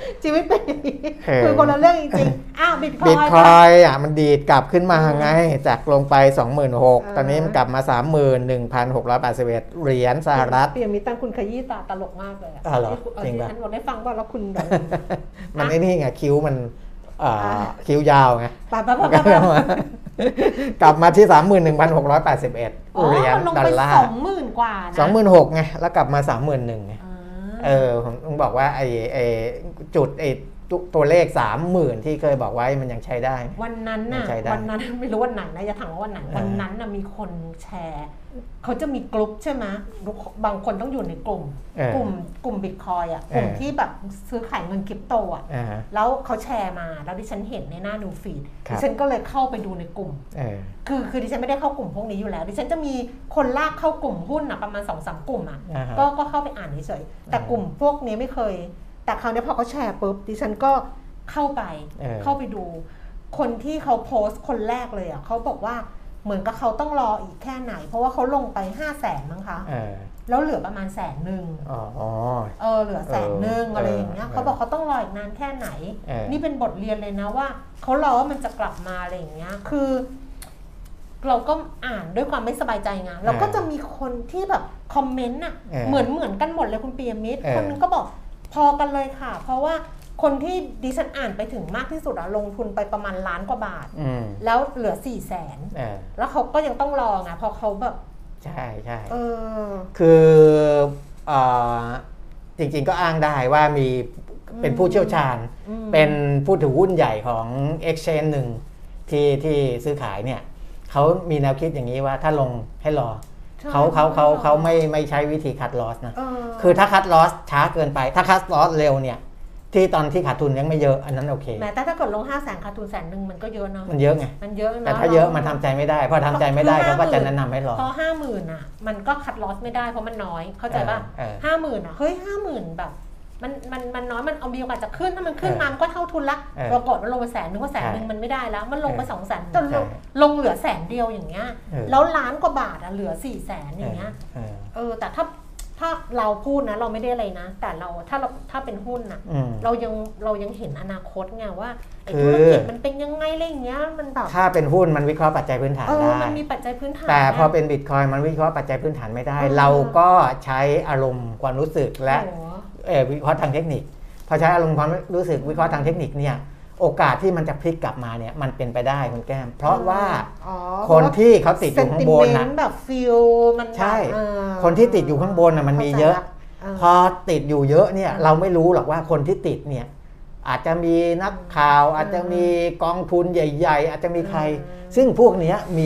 ชีวิตเป็นอย่างนี้คือคนละเรื่องจริงๆอ้าวบิตคอยบิตคอยอ่ะมันดีดกลับขึ้นมาไงจากลงไป สองหมื่นหกพัน ตอนนี้มันกลับมา สามหมื่นหนึ่งพันหกร้อยแปดสิบเอ็ด เหรียญสหรัฐเปียมีตั้งคุณขยี้ตาตลกมากเลยอ่ะอ๋อเหรอจริงป่ะฉันบอกได้ฟังว่าแล้วคุณแบบมันไอ้นี่ไงคิ้วมันคิ้วยาวไงปะปะปะปะกลับมาที่ สามหมื่นหนึ่งพันหกร้อยแปดสิบเอ็ด เหรียญดอลลาร์สองหมื่นกว่านะสองหมื่นหกพัน ไงแล้วกลับมา สามหมื่นหนึ่งพัน ไงเออผมต้องบอกว่าไอ้ไอ้จุดไอ้ตัวเลข สามหมื่น ที่เคยบอกไว้มันยังใช้ได้วันนั้นน่ะวันนั้นไม่รู้วันไหนนะจะถามว่าวันไหนวันนั้นน่ะมีคนแชร์เขาจะมีกลุ่มใช่ไหมบางคนต้องอยู่ในกลุ่มกลุ่มกลุ่มบิตคอยอ่ะกลุ่มที่แบบซื้อขายเงินคริปโตอ่ะแล้วเขาแชร์มาแล้วดิฉันเห็นในหน้าดูฟีดดิฉันก็เลยเข้าไปดูในกลุ่มคือคือดิฉันไม่ได้เข้ากลุ่มพวกนี้อยู่แล้วดิฉันจะมีคนลากเข้ากลุ่มหุ้นอ่ะประมาณ สองสาม กลุ่มอ่ะก็ก็เข้าไปอ่านเฉยๆแต่กลุ่มพวกนี้ไม่เคยแต่คราวนี้พอเขาแชร์ปุ๊บดิฉันก็เข้าไปเข้าไปดูคนที่เขาโพสต์คนแรกเลยอ่ะเขาบอกว่าเหมือนกับเขาต้องรออีกแค่ไหนเพราะว่าเขาลงไปห้าแสนมั้งคะแล้วเหลือประมาณแสนหนึ่งเออเหลือแสนหนึ่งอะไรอย่างเงี้ยเขาบอกเขาต้องรออีกนานแค่ไหนนี่เป็นบทเรียนเลยนะว่าเขารอว่ามันจะกลับมาอะไรอย่างเงี้ยคือเราก็อ่านด้วยความไม่สบายใจไงเราก็จะมีคนที่แบบคอมเมนต์อ่ะเหมือนเหมือนกันหมดเลยคุณปียมิตรคนนึงก็บอกพอกันเลยค่ะเพราะว่าคนที่ดิฉันอ่านไปถึงมากที่สุดอะลงทุนไปประมาณล้านกว่าบาทแล้วเหลือสี่แสนแล้วเขาก็ยังต้องรอไงพอเขาแบบใช่ใช่เออคือเอ่อจริงๆก็อ้างได้ว่ามีเป็นผู้เชี่ยวชาญเป็นผู้ถือหุ้นใหญ่ของ Exchange หนึ่งที่ที่ซื้อขายเนี่ยเขามีแนวคิดอย่างนี้ว่าถ้าลงให้รอเขาเขาเขาเขาไม่ไม่ใช้วิธีคัดลอสนะคือถ้าคัดลอสช้าเกินไปถ้าคัดลอสเร็วเนี่ยที่ตอนที่ขาดทุนยังไม่เยอะอันนั้นโอเคแม้แต่ถ้าเกิดลงห้าแสนขาดทุนแสนหนึ่งมันก็เยอะเนาะมันเยอะไงมันเยอะแต่ถ้าเยอะมันทำใจไม่ได้พอทำใจไม่ได้เขาก็จะแนะนำให้รอพอห้าหมื่นอ่ะมันก็คัดลอสไม่ได้เพราะมันน้อยเข้าใจป่ะห้าหมื่นอ่ะเฮ้ยห้าหมื่นแบบมันมันมันน้อยมันเอามีโอกาสจะขึ้นถ้ามันขึ้นมามันก็เท่าทุนละปรากฏมันลงไปแสนนึงก็แสนนึงมันไม่ได้แล้วมันลงไปสองแสนจนลงเหลือแสนเดียวอย่างเงี้ยแล้วล้านกว่าบาทอ่ะเหลือสี่แสนอย่างเงี้ยเออแต่ถ้าถ้าเราพูดนะเราไม่ได้อะไรนะแต่เราถ้าเราถ้าเป็นหุ้นน่ะเรายังเรายังเห็นอนาคตไงว่าไอ้ธุรกิจมันเป็นยังไงอะไรอย่างเงี้ยมันแบบถ้าเป็นหุ้นมันวิเคราะห์ปัจจัยพื้นฐานได้มันมีปัจจัยพื้นฐานแต่พอเป็นบิตคอยมันวิเคราะห์ปัจจัยพื้นฐานไม่ได้เราก็ใช้อารมณ์ความรู้สึกและวิเคราะห์ทางเทคนิคพอใช้อารมณ์ความรู้สึกวิเคราะห์ทางเทคนิคเนี่ยโอกาสที่มันจะพลิกกลับมาเนี่ยมันเป็นไปได้คุณแก้มเพราะว่าคนที่เขาติดอยู่ข้างบนนะแบบฟีลมันใช่คนที่ติดอยู่ข้างบนน่ะมันมีเยอะพอติดอยู่เยอะเนี่ยเราไม่รู้หรอกว่าคนที่ติดเนี่ยอาจจะมีนักข่าวอาจจะมีกองทุนใหญ่ๆอาจจะมีใครซึ่งพวกนี้มี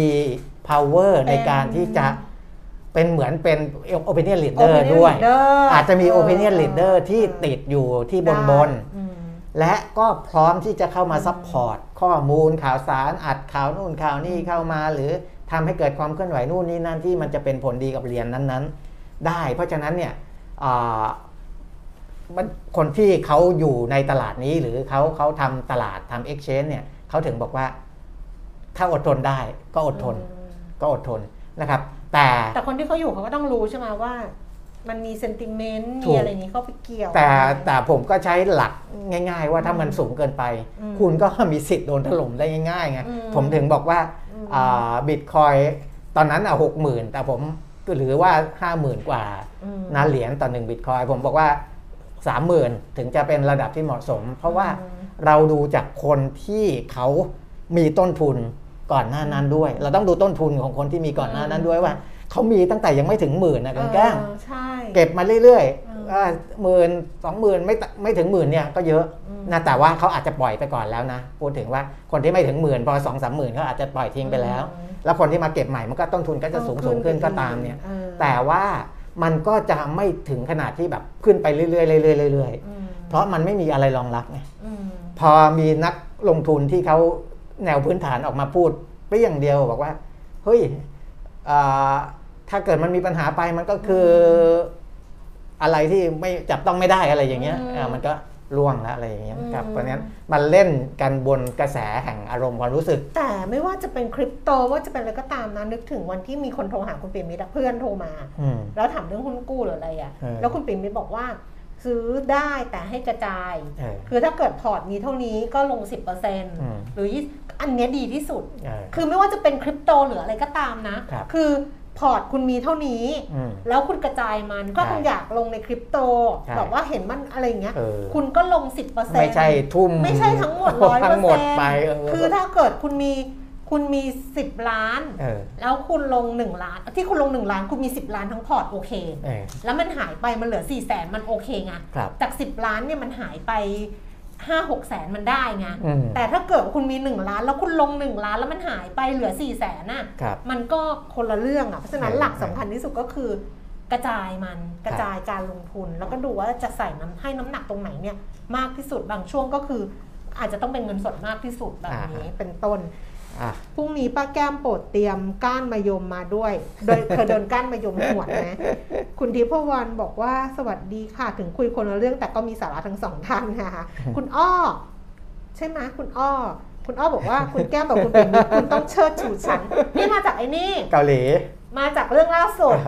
power ในการที่จะเป็นเหมือนเป็น opinion leader ด้วยอาจจะมี opinion leader ที่ติดอยู่ที่บนบนและก็พร้อมที่จะเข้ามาซัพพอร์ตข้อมูลข่าวสารอัดข่าวนู่นข่าวนี่เข้ามาหรือทำให้เกิดความเคลื่อนไหวนู่นนี่นั่นที่มันจะเป็นผลดีกับเหรียญนั้นๆได้เพราะฉะนั้นเนี่ยคนที่เขาอยู่ในตลาดนี้หรือเขาเขาทำตลาดทำ exchange เนี่ยเขาถึงบอกว่าถ้าอดทนได้ก็อดทนก็อดทนนะครับแต่แต่คนที่เขาอยู่เขาก็ต้องรู้ใช่ไหมว่ามันมีเซนติเมนต์มีอะไรนี้เข้าไปเกี่ยวแต่แต่ผมก็ใช้หลักง่ายๆว่าถ้ามันสูงเกินไปคุณก็มีสิทธิ์โดนถล่มได้ง่ายๆไงผมถึงบอกว่าบิตคอยตอนนั้นอ่ะหกหมื่นแต่ผมหรือว่าห้าหมื่นกว่านะเหรียญต่อหนึ่งบิตคอยผมบอกว่าสามหมื่นถึงจะเป็นระดับที่เหมาะสมเพราะว่าเราดูจากคนที่เขามีต้นทุนก่อนหน้านั้นด้วยเราต้องดูต้นทุนของคนที่มีก่อนหน้านั้นด้วยว่าเขามีตั้งแต่ยังไม่ถึงหมื่นนะคุณแก้มเก็บมาเรื่อยๆหมื่นสองหมื่นไม่ไม่ถึงหมื่นเนี่ยก็เยอะนะแต่ว่าเขาอาจจะปล่อยไปก่อนแล้วนะพูดถึงว่าคนที่ไม่ถึงหมื่นพอสองสามหมื่นเขาอาจจะปล่อยทิ้งไปแล้วแล้วคนที่มาเก็บใหม่มันก็ต้นทุนก็จะสูงสูงขึ้นก็ตามเนี่ยแต่ว่ามันก็จะไม่ถึงขนาดที่แบบขึ้นไปเรื่อยๆเรื่อยๆเรื่อยๆเพราะมันไม่มีอะไรรองรับไงพอมีนักลงทุนที่เขาแนวพื้นฐานออกมาพูดไปอย่างเดียวบอกว่าเฮ้ยถ้าเกิดมันมีปัญหาไปมันก็คืออะไรที่ไม่จับต้องไม่ได้อะไรอย่างเงี้ยมันก็ล่วงแล้วอะไรอย่างเงี้ยครับเพราะฉะนั้นมันเล่นกันบนกระแสแห่งอารมณ์ความรู้สึกแต่ไม่ว่าจะเป็นคริปโตว่าจะเป็นอะไรก็ตามนะนึกถึงวันที่มีคนโทรหาคุณปิ่มมิตรเพื่อนโทรมาแล้วถามเรื่องหุ้นกู้หรืออะไรอ่ะแล้วคุณปิ่มมิตรบอกว่าซื้อได้แต่ให้กระจายคือถ้าเกิดพอร์ตมีเท่านี้ก็ลง สิบเปอร์เซ็นต์ หรืออันนี้ดีที่สุดคือไม่ว่าจะเป็นคริปโตหรืออะไรก็ตามนะคือพอร์ตคุณมีเท่านี้แล้วคุณกระจายมันก็คุณอยากลงในคริปโตแบบว่าเห็นมันอะไรเงี้ยคุณก็ลง สิบเปอร์เซ็นต์ไม่ใช่ทุ่มไม่ใช่ทั้งหมด ร้อยเปอร์เซ็นต์ คือถ้าเกิดคุณมีคุณมีสิบล้านแล้วคุณลงหนึ่งล้านที่คุณลงหนึ่งล้านคุณมีสิบล้านทั้งพอร์ตโอเคแล้วมันหายไปมันเหลือ สี่แสน มันโอเคไงจากสิบล้านเนี่ยมันหายไป ห้าหก แสนมันได้ไงแต่ถ้าเกิดคุณมีหนึ่งล้านแล้วคุณลงหนึ่งล้านแล้วมันหายไปเหลือ สี่แสน น่ะมันก็คนละเรื่องอ่ะเพราะฉะนั้นหลักสำคัญที่สุดก็คือกระจายมันกระจายการลงทุนแล้วก็ดูว่าจะใส่น้ำให้น้ำหนักตรงไหนเนี่ยมากที่สุดบางช่วงก็คืออาจจะต้องเป็นเงินสดมากที่สุดแบบนี้เป็นต้นพรุ่งนี้ป้าแก้มโปรดเตรียมก้านมะยมมาด้วยโดยเคยเดินก้านมะยมหวดไหมคุณทิพวรรณบอกว่าสวัสดีค่ะถึงคุยคนละเรื่องแต่ก็มีสาระทั้งสองท่านนะคะคุณอ้อใช่ไหมคุณอ้อคุณอ้อบอกว่าคุณแก้มบอกคุณเป็นคุณต้องเชิดชูฉันนี่มาจากไอ้นี่เกาหลีมาจากเรื่องล่าสุด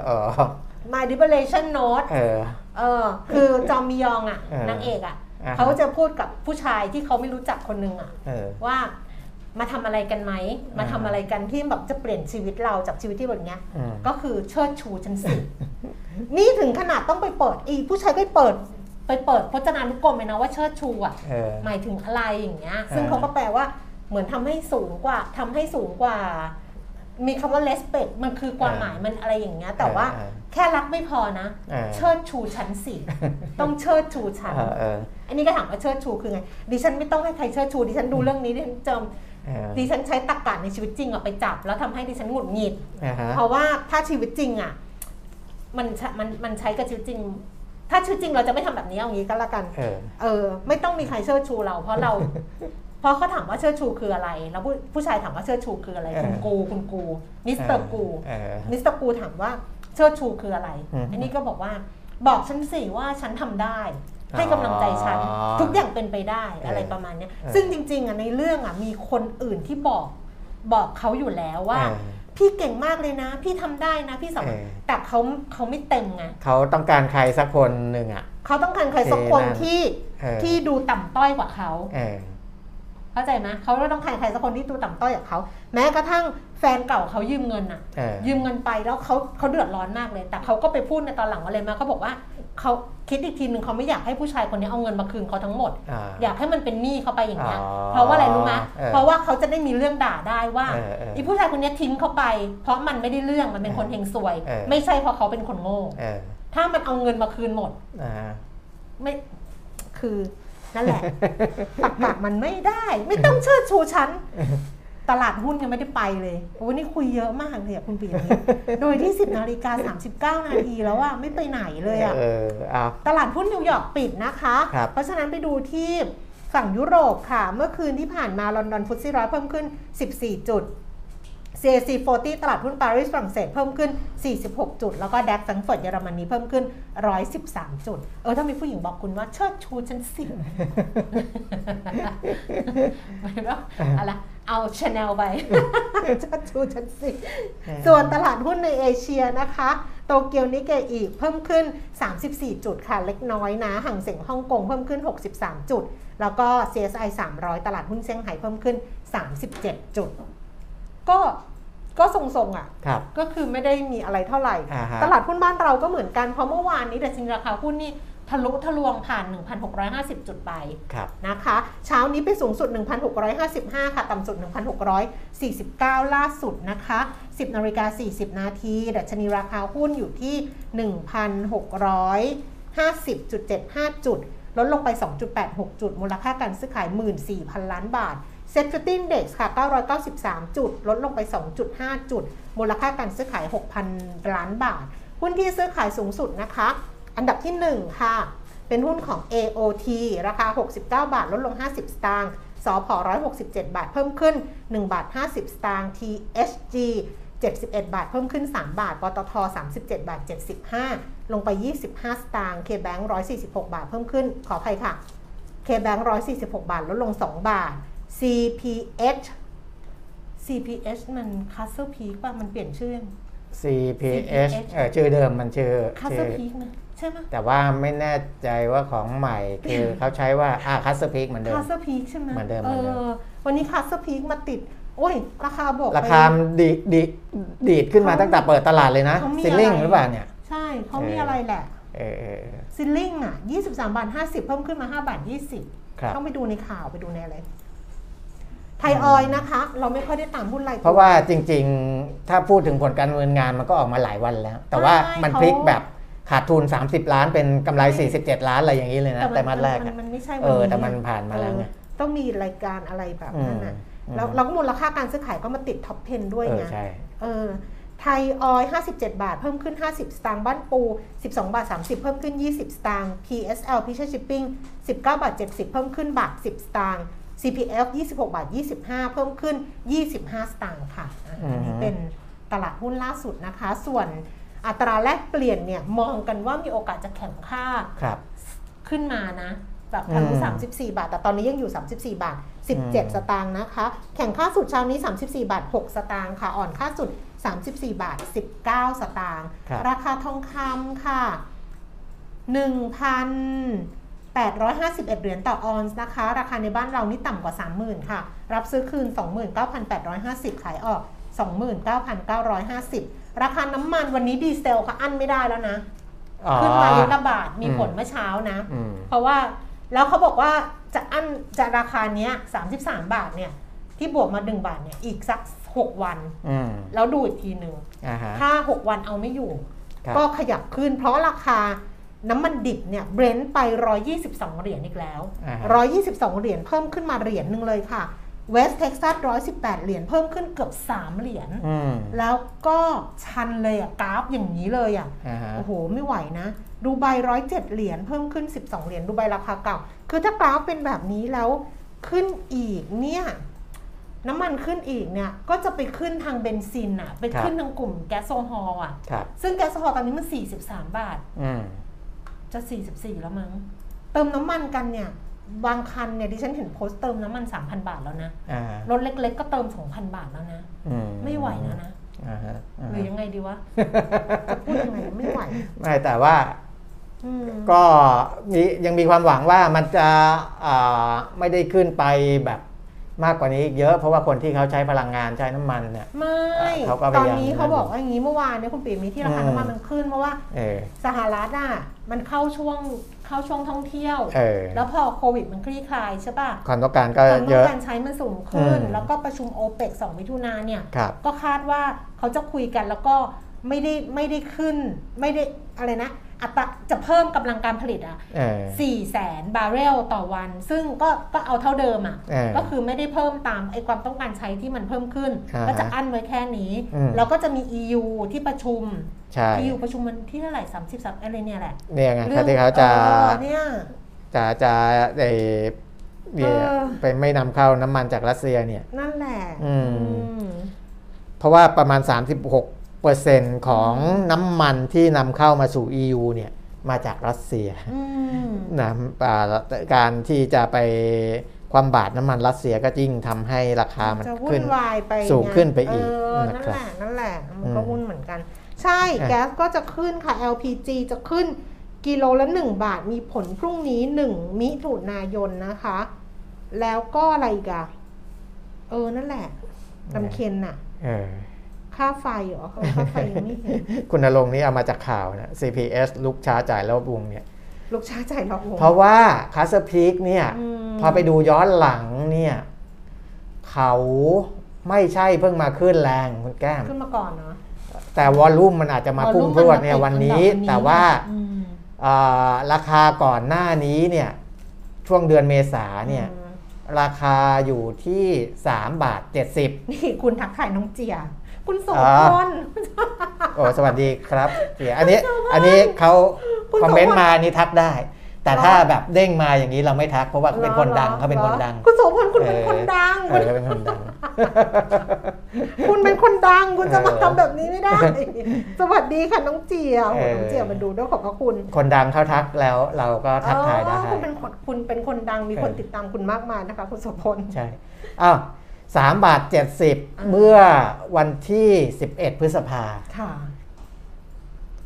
My Liberation Note เออเออคือจอมมียองอ่ะนางเอกอ่ะเขาจะพูดกับผู้ชายที่เขาไม่รู้จักคนนึงอ่ะว่ามาทำอะไรกันไหมมาทำอะไรกันที่แบบจะเปลี่ยนชีวิตเราจากชีวิตที่แบบเนี้ยก็คือเชิดชูฉันสิ นี่ถึงขนาดต้องไปเปิดอีผู้ชายก็เปิดไปเปิดพจนานุกรมเลยนะว่าเชิดชูอ่ะหมายถึงอะไรอย่างเงี้ยซึ่งเขาก็แปลว่าเหมือนทำให้สูงกว่าทำให้สูงกว่ามีคำว่า respect มันคือความหมายมันอะไรอย่างเงี้ยแต่ว่าแค่รักไม่พอนะเชิดชูฉันสิต้องเชิดชูฉันอันนี้ก็ถามว่าเชิดชูคือไงดิฉันไม่ต้องให้ใครเชิดชูดิฉันดูเรื่องนี้ดิฉันจำดิฉันใช้ตรรกะในชีวิตจริงอะไปจับแล้วทำให้ดิฉันหงุดหงิดเพราะว่าถ้าชีวิตจริงอะมันมันมันใช้กับชีวิตจริงถ้าชีวิตจริงเราจะไม่ทำแบบนี้เอางี้ก็แล้วกันเออไม่ต้องมีใครเชิดชูเราเพราะเราเพราะเขาถามว่าเชิดชูคืออะไรแล้วผู้ผู้ชายถามว่าเชิดชูคืออะไรคุณกูคุณกูมิสเตอร์กูมิสเตอร์กูถามว่าเชิดชูคืออะไรอันนี้ก็บอกว่าบอกฉันสิว่าฉันทำได้ให้กำลังใจฉันทุกอย่างเป็นไปได้อะไรประมาณนี้ซึ่งจริงๆอ่ะในเรื่องอ่ะมีคนอื่นที่บอกบอกเขาอยู่แล้วว่าพี่เก่งมากเลยนะพี่ทำได้นะพี่สามารถแต่เขาเขาไม่เต็มไงเขาต้องการใครสักคนหนึ่งอ่ะเขาต้องการใครสักคนที่ที่ดูต่ำต้อยกว่าเขาเข้าใจไหมเขาต้องการใครสักคนที่ดูต่ำต้อยกว่าเขาแม้กระทั่งแฟนเก่าเขายืมเงินอ่ะยืมเงินไปแล้วเขาเขาเดือดร้อนมากเลยแต่เขาก็ไปพูดในตอนหลังว่าอะไรมาเขาบอกว่าเขาคิดอีกทีนึงเขาไม่อยากให้ผู้ชายคนนี้เอาเงินมาคืนเขาทั้งหมด อ, อยากให้มันเป็นหนี้เขาไปอย่างเงี้ยเพราะว่าอะไรรู้ไหมเพราะว่าเขาจะได้มีเรื่องด่าได้ว่าอีผู้ชายคนนี้ทิ้งเขาไปเพราะมันไม่ได้เรื่องมันเป็นคนเฮงซวยไม่ใช่เพราะเขาเป็นคนโง่ถ้ามันเอาเงินมาคืนหมดไม่คือนั่นแหละตักกะมันไม่ได้ไม่ต้องเชิดชูฉันตลาดหุ้นยังไม่ได้ไปเลยโอ้นี่คุยเยอะมากเลยคุณปีนี้โดยที่สิบนาฬิกาสามสิบเก้านาทีแล้วว่าไม่ไปไหนเลยอ่ะตลาดหุ้นนิวยอร์กปิดนะคะเพราะฉะนั้นไปดูที่ฝั่งยุโรปค่ะเมื่อคืนที่ผ่านมาลอนดอนฟุตซี่ร้อยเพิ่มขึ้นสิบสี่จุด ซี เอ ซี สี่สิบ ตลาดหุ้นปารีสฝรั่งเศสเพิ่มขึ้นสี่สิบหกจุดแล้วก็ดัคแฟรงก์เฟิร์ตเยอรมนีเพิ่มขึ้นหนึ่งร้อยสิบสามจุดเออถ้ามีผู้หญิงบอกคุณว่าเชิดชูฉันสิไม่รู้อะไรเอาชาแนลไปเชิดชูฉันสิส่วนตลาดหุ้นในเอเชียนะคะโตเกียวนิเกอิเพิ่มขึ้นสามสิบสี่จุดค่ะเล็กน้อยนะห่างเส็งฮ่องกงเพิ่มขึ้นหกสิบสามจุดแล้วก็ ซี เอส ไอ สามร้อยตลาดหุ้นเซี่ยงไฮ้เพิ่มขึ้นสามสิบเจ็ดจุดก็ก็ทรงๆอ่ะก็คือไม่ได้มีอะไรเท่าไหร่ตลาดหุ้นบ้านเราก็เหมือนกันเพราะเมื่อวานนี้ดัชนีราคาหุ้นนี่ทะลุทะลวงผ่าน หนึ่งพันหกร้อยห้าสิบ จุดไปนะคะเช้านี้ไปสูงสุด หนึ่งพันหกร้อยห้าสิบห้า ค่ะต่ำสุด หนึ่งพันหกร้อยสี่สิบเก้า ล่าสุดนะคะสิบนาฬิกาสี่สิบนาทีดัชนีราคาหุ้นอยู่ที่ หนึ่งพันหกร้อยห้าสิบจุดเจ็ดห้า จุดลดลงไป สองจุดแปดหก จุดมูลค่าการซื้อขาย หนึ่งหมื่นสี่พัน ล้านบาทเซ็ตฟิฟตี้ Index ค่ะเก้าร้อยเก้าสิบสามจุดลดลงไป สองจุดห้า จุดมูลค่าการซื้อขาย หกพัน ล้านบาทหุ้นที่ซื้อขายสูงสุดนะคะอันดับที่หนึ่งค่ะเป็นหุ้นของ เอ โอ ที ราคาหกสิบเก้าบาทลดลงห้าสิบสตางค์สผหนึ่งร้อยหกสิบเจ็ดบาทเพิ่มขึ้นหนึ่งบาทห้าสิบสตางค์ ที เอช จี เจ็ดสิบเอ็ดบาทเพิ่มขึ้นสามบาทปตทสามสิบเจ็ดบาทเจ็ดสิบห้าลงไปยี่สิบห้าสตางค์ K-Bank หนึ่งร้อยสี่สิบหกบาทเพิ่มขึ้นขออภัยค่ะ K-Bank หนึ่งร้อยสี่สิบหกบาทลดลงสองบาท ซี พี เอช ซี พี เอช มัน Castle Peak ป่ะมันเปลี่ยนชื่อซี พี เอช เออชื่อเดิมมันชื่อ Castle Peak นะใช่ไหมแต่ว่าไม่แน่ใจว่าของใหม่คือเขาใช้ว่าอ่าคัสเซอร์พีคเหมือนเดิมคัสเซอร์พีคใช่ไหมเหมือนเดิมเออวันนี้คัสเซอร์พีคมาติดโอ้ยราคาบอกราคาดีดีดีดขึ้นมาตั้งแต่เปิดตลาดเลยนะซิลลิ่งหรือเปล่าเนี่ยใช่เขามีอะไรแหละซิลลิ่งอ่ะยี่สิบสามบาทห้าสิบเพิ่มขึ้นมาห้าบาทยี่สิบต้องไปดูในข่าวไปดูในอะไรไทยออยนะคะเราไม่ค่อยได้ตามหุ้นรายตัวเพราะว่าจริงๆถ้าพูดถึงผลการดำเนินงานมันก็ออกมาหลายวันแล้วแต่ว่ามันพลิกแบบขาดทุนสามสิบล้านเป็นกำไรสี่สิบเจ็ดล้านอะไรอย่างนี้เลยนะแต่มัดแรกมันไม่ใช่เออแต่มันผ่านมาแล้วไงต้องมีรายการอะไรแบบนั้นนะแล้วเราก็มูลค่าการซื้อขายก็มาติดท็อปสิบด้วยไงเออไทยออยห้าสิบเจ็ดบาทเพิ่มขึ้นห้าสิบสตางค์บ้านปูสิบสองบาทสามสิบเพิ่มขึ้นยี่สิบสตางค์ พี เอส แอล Fisher Shipping สิบเก้าบาทเจ็ดสิบเพิ่มขึ้นบาทสิบสตางค์ ซี พี เอฟ ยี่สิบหกบาทยี่สิบห้าเพิ่มขึ้นยี่สิบห้าสตางค์ค่ะอันนี้เป็นตลาดหุ้นล่าสุดนะคะส่วนอัตราแลกเปลี่ยนเนี่ยมองกันว่ามีโอกาสจะแข็งค่าขึ้นมานะแบบทะลุสามสิบสี่บาทแต่ตอนนี้ยังอยู่สามสิบสี่บาทสิบเจ็ดสตางค์นะคะแข่งค่าสุดเช้านี้สามสิบสี่บาทหกสตางค์ค่ะอ่อนค่าสุดสามสิบสี่บาทสิบเก้าสตางค์ราคาทองคำค่ะ หนึ่งพันแปดร้อยห้าสิบเอ็ด เหรียญต่อออนซ์นะคะราคาในบ้านเรานี่ต่ำกว่า สามหมื่น ค่ะรับซื้อคืน สองหมื่นเก้าพันแปดร้อยห้าสิบ ขายออก สองหมื่นเก้าพันเก้าร้อยห้าสิบ ราคาน้ำมันวันนี้ดีเซลค่ะอั้นไม่ได้แล้วนะขึ้นมาลิตรละบาทมีผลเมื่อเช้านะเพราะว่าแล้วเขาบอกว่าจะอั้นจะราคาเนี้ยสามสิบสามบาทเนี่ยที่บวกมาหนึ่งบาทเนี่ยอีกสักหกวันแล้วดูอีกทีหนึ่งถ้าหกวันเอาไม่อยู่ก็ขยับขึ้นเพราะราคาน้ำมันดิบเนี่ยเบรนท์ไปหนึ่งร้อยยี่สิบสองเหรียญอีกแล้วหนึ่งร้อยยี่สิบสองเหรียญเพิ่มขึ้นมาเหรียญนึงเลยค่ะเวสต์เท็กซัสหนึ่งร้อยสิบแปดเหรียญเพิ่มขึ้นเกือบสามเหรียญแล้วก็ชันเลยอ่ะกราฟอย่างนี้เลยอ่ะโอ้โหไม่ไหวนะดูไบหนึ่งร้อยเจ็ดเหรียญเพิ่มขึ้นสิบสองเหรียญดูไบราคาเก่าคือถ้ากราฟเป็นแบบนี้แล้วขึ้นอีกเนี่ยน้ำมันขึ้นอีกเนี่ยก็จะไปขึ้นทางเบนซินอ่ะไปขึ้นทางกลุ่มแก๊สโซฮอล์อ่ะซึ่งแก๊สโซฮอล์ตอนนี้มันสี่สิบสามบาทจะสี่สิบสี่แล้วมั้งเติมน้ำมันกันเนี่ยบางคันเนี่ยดิฉันเห็นโพสต์เติมน้ำมัน สามพัน บาทแล้วนะรถเล็กๆก็เติม สองพัน บาทแล้วนะไม่ไหวนะนะหรือยังไงดีวะจะพูดยังไงไม่ไหวไม่แต่ว่าก็มียังมีความหวังว่ามันจะไม่ได้ขึ้นไปแบบมากกว่านี้เยอะเพราะว่าคนที่เขาใช้พลังงานใช้น้ำมันเนี่ยไม่ตอนนี้เขาบอกว่าอย่างนี้เมื่อวานเนี่ยคุณปีมีที่ราคาน้ำมันมันขึ้นเพราะว่าสหรัฐอ่ะมันเข้าช่วงเข้าช่วงท่องเที่ยวแล้วพอโควิดมันคลี่คลายใช่ป่ะความต้องการก็เยอะความต้องการใช้มันสูงขึ้นแล้วก็ประชุมโอเปกสองมิถุนายนเนี่ยก็คาดว่าเขาจะคุยกันแล้วก็ไม่ได้ไม่ได้ขึ้นไม่ได้อะไรนะอัตราจะเพิ่มกำลังการผลิตอ่ะสี่แสนบาร์เรลต่อวันซึ่งก็ก็เอาเท่าเดิมอ่ะก็คือไม่ได้เพิ่มตามไอ้ความต้องการใช้ที่มันเพิ่มขึ้นก็จะอั้นไว้แค่นี้แล้วก็จะมี อี ยู ที่ประชุม อี ยู ประชุมมันที่เท่าไหร่สามสิบสัปอะไรเนี่ยแหละเนี่ยไงที่เขาจะจะจะไอ้เนี่ยไปไม่นำเข้าน้ำมันจากรัสเซียเนี่ยนั่นแหละเพราะว่าประมาณสามสิบหกเปอร์เซ็นต์ของน้ำมันที่นำเข้ามาสู่ อี ยู เนี่ยมาจากรัสเซียนะการที่จะไปความบาดน้ำมันรัสเซียก็ยิ่งทำให้ราคามันขึ้นสูงขึ้นไปอีกนั่นแหละนั่นแหละมันก็วุ่นเหมือนกันใช่แก๊สก็จะขึ้นค่ะ แอล พี จี จะขึ้นกิโลละหนึ่งบาทมีผลพรุ่งนี้หนึ่งมิถุนายนนะคะแล้วก็อะไรอีกอะเออนั่นแหละลำเค็นน่ะค่าไฟเหรอค่าไฟยังไม่เห็นคุณณรงค์นี่เอามาจากข่าวนะ ซี พี เอส ลุกช้าจ่ายรอบวงเนี่ยลุกช้าจ่ายรอบวงเพราะว่าคัสเซอร์พีคเนี่ยพอไปดูย้อนหลังเนี่ยเขาไม่ใช่เพิ่งมาขึ้นแรงคุณแก้มขึ้นมาก่อนเนาะแต่วอลลุ่มมันอาจจะมาพุ่งพรวดเนี่ยวันนี้แต่ว่าราคาก่อนหน้านี้เนี่ยช่วงเดือนเมษาเนี่ยราคาอยู่ที่สามบาทเจ็ดสิบนี่คุณทักทายน้องเจียคุณโสพลโอ้สวัสดีครับเจียอันนี้อันนี้เขาคอมเมนต์มานี่ทักได้แต่ถ้าแบบเด้งมาอย่างนี้เราไม่ทักเพราะว่าเขาเป็นคนดังเขาเป็นคนดังคุณโสพลคุณเป็นคนดังคุณเป็นคนดังคุณเป็นคนดังคุณจะมาทำแบบนี้ไม่ได้สวัสดีค่ะน้องเจียโอ้น้องเจียมาดูด้วยขอบพระคุณคนดังเขาทักแล้วเราก็ทักทายได้คุณเป็นคุณเป็นคนดังมีคนติดตามคุณมากมายนะคะคุณโสพลใช่อ้าวสามบาทเจ็ดสิบเมื่อวันที่สิบเอ็ดพฤษภาคม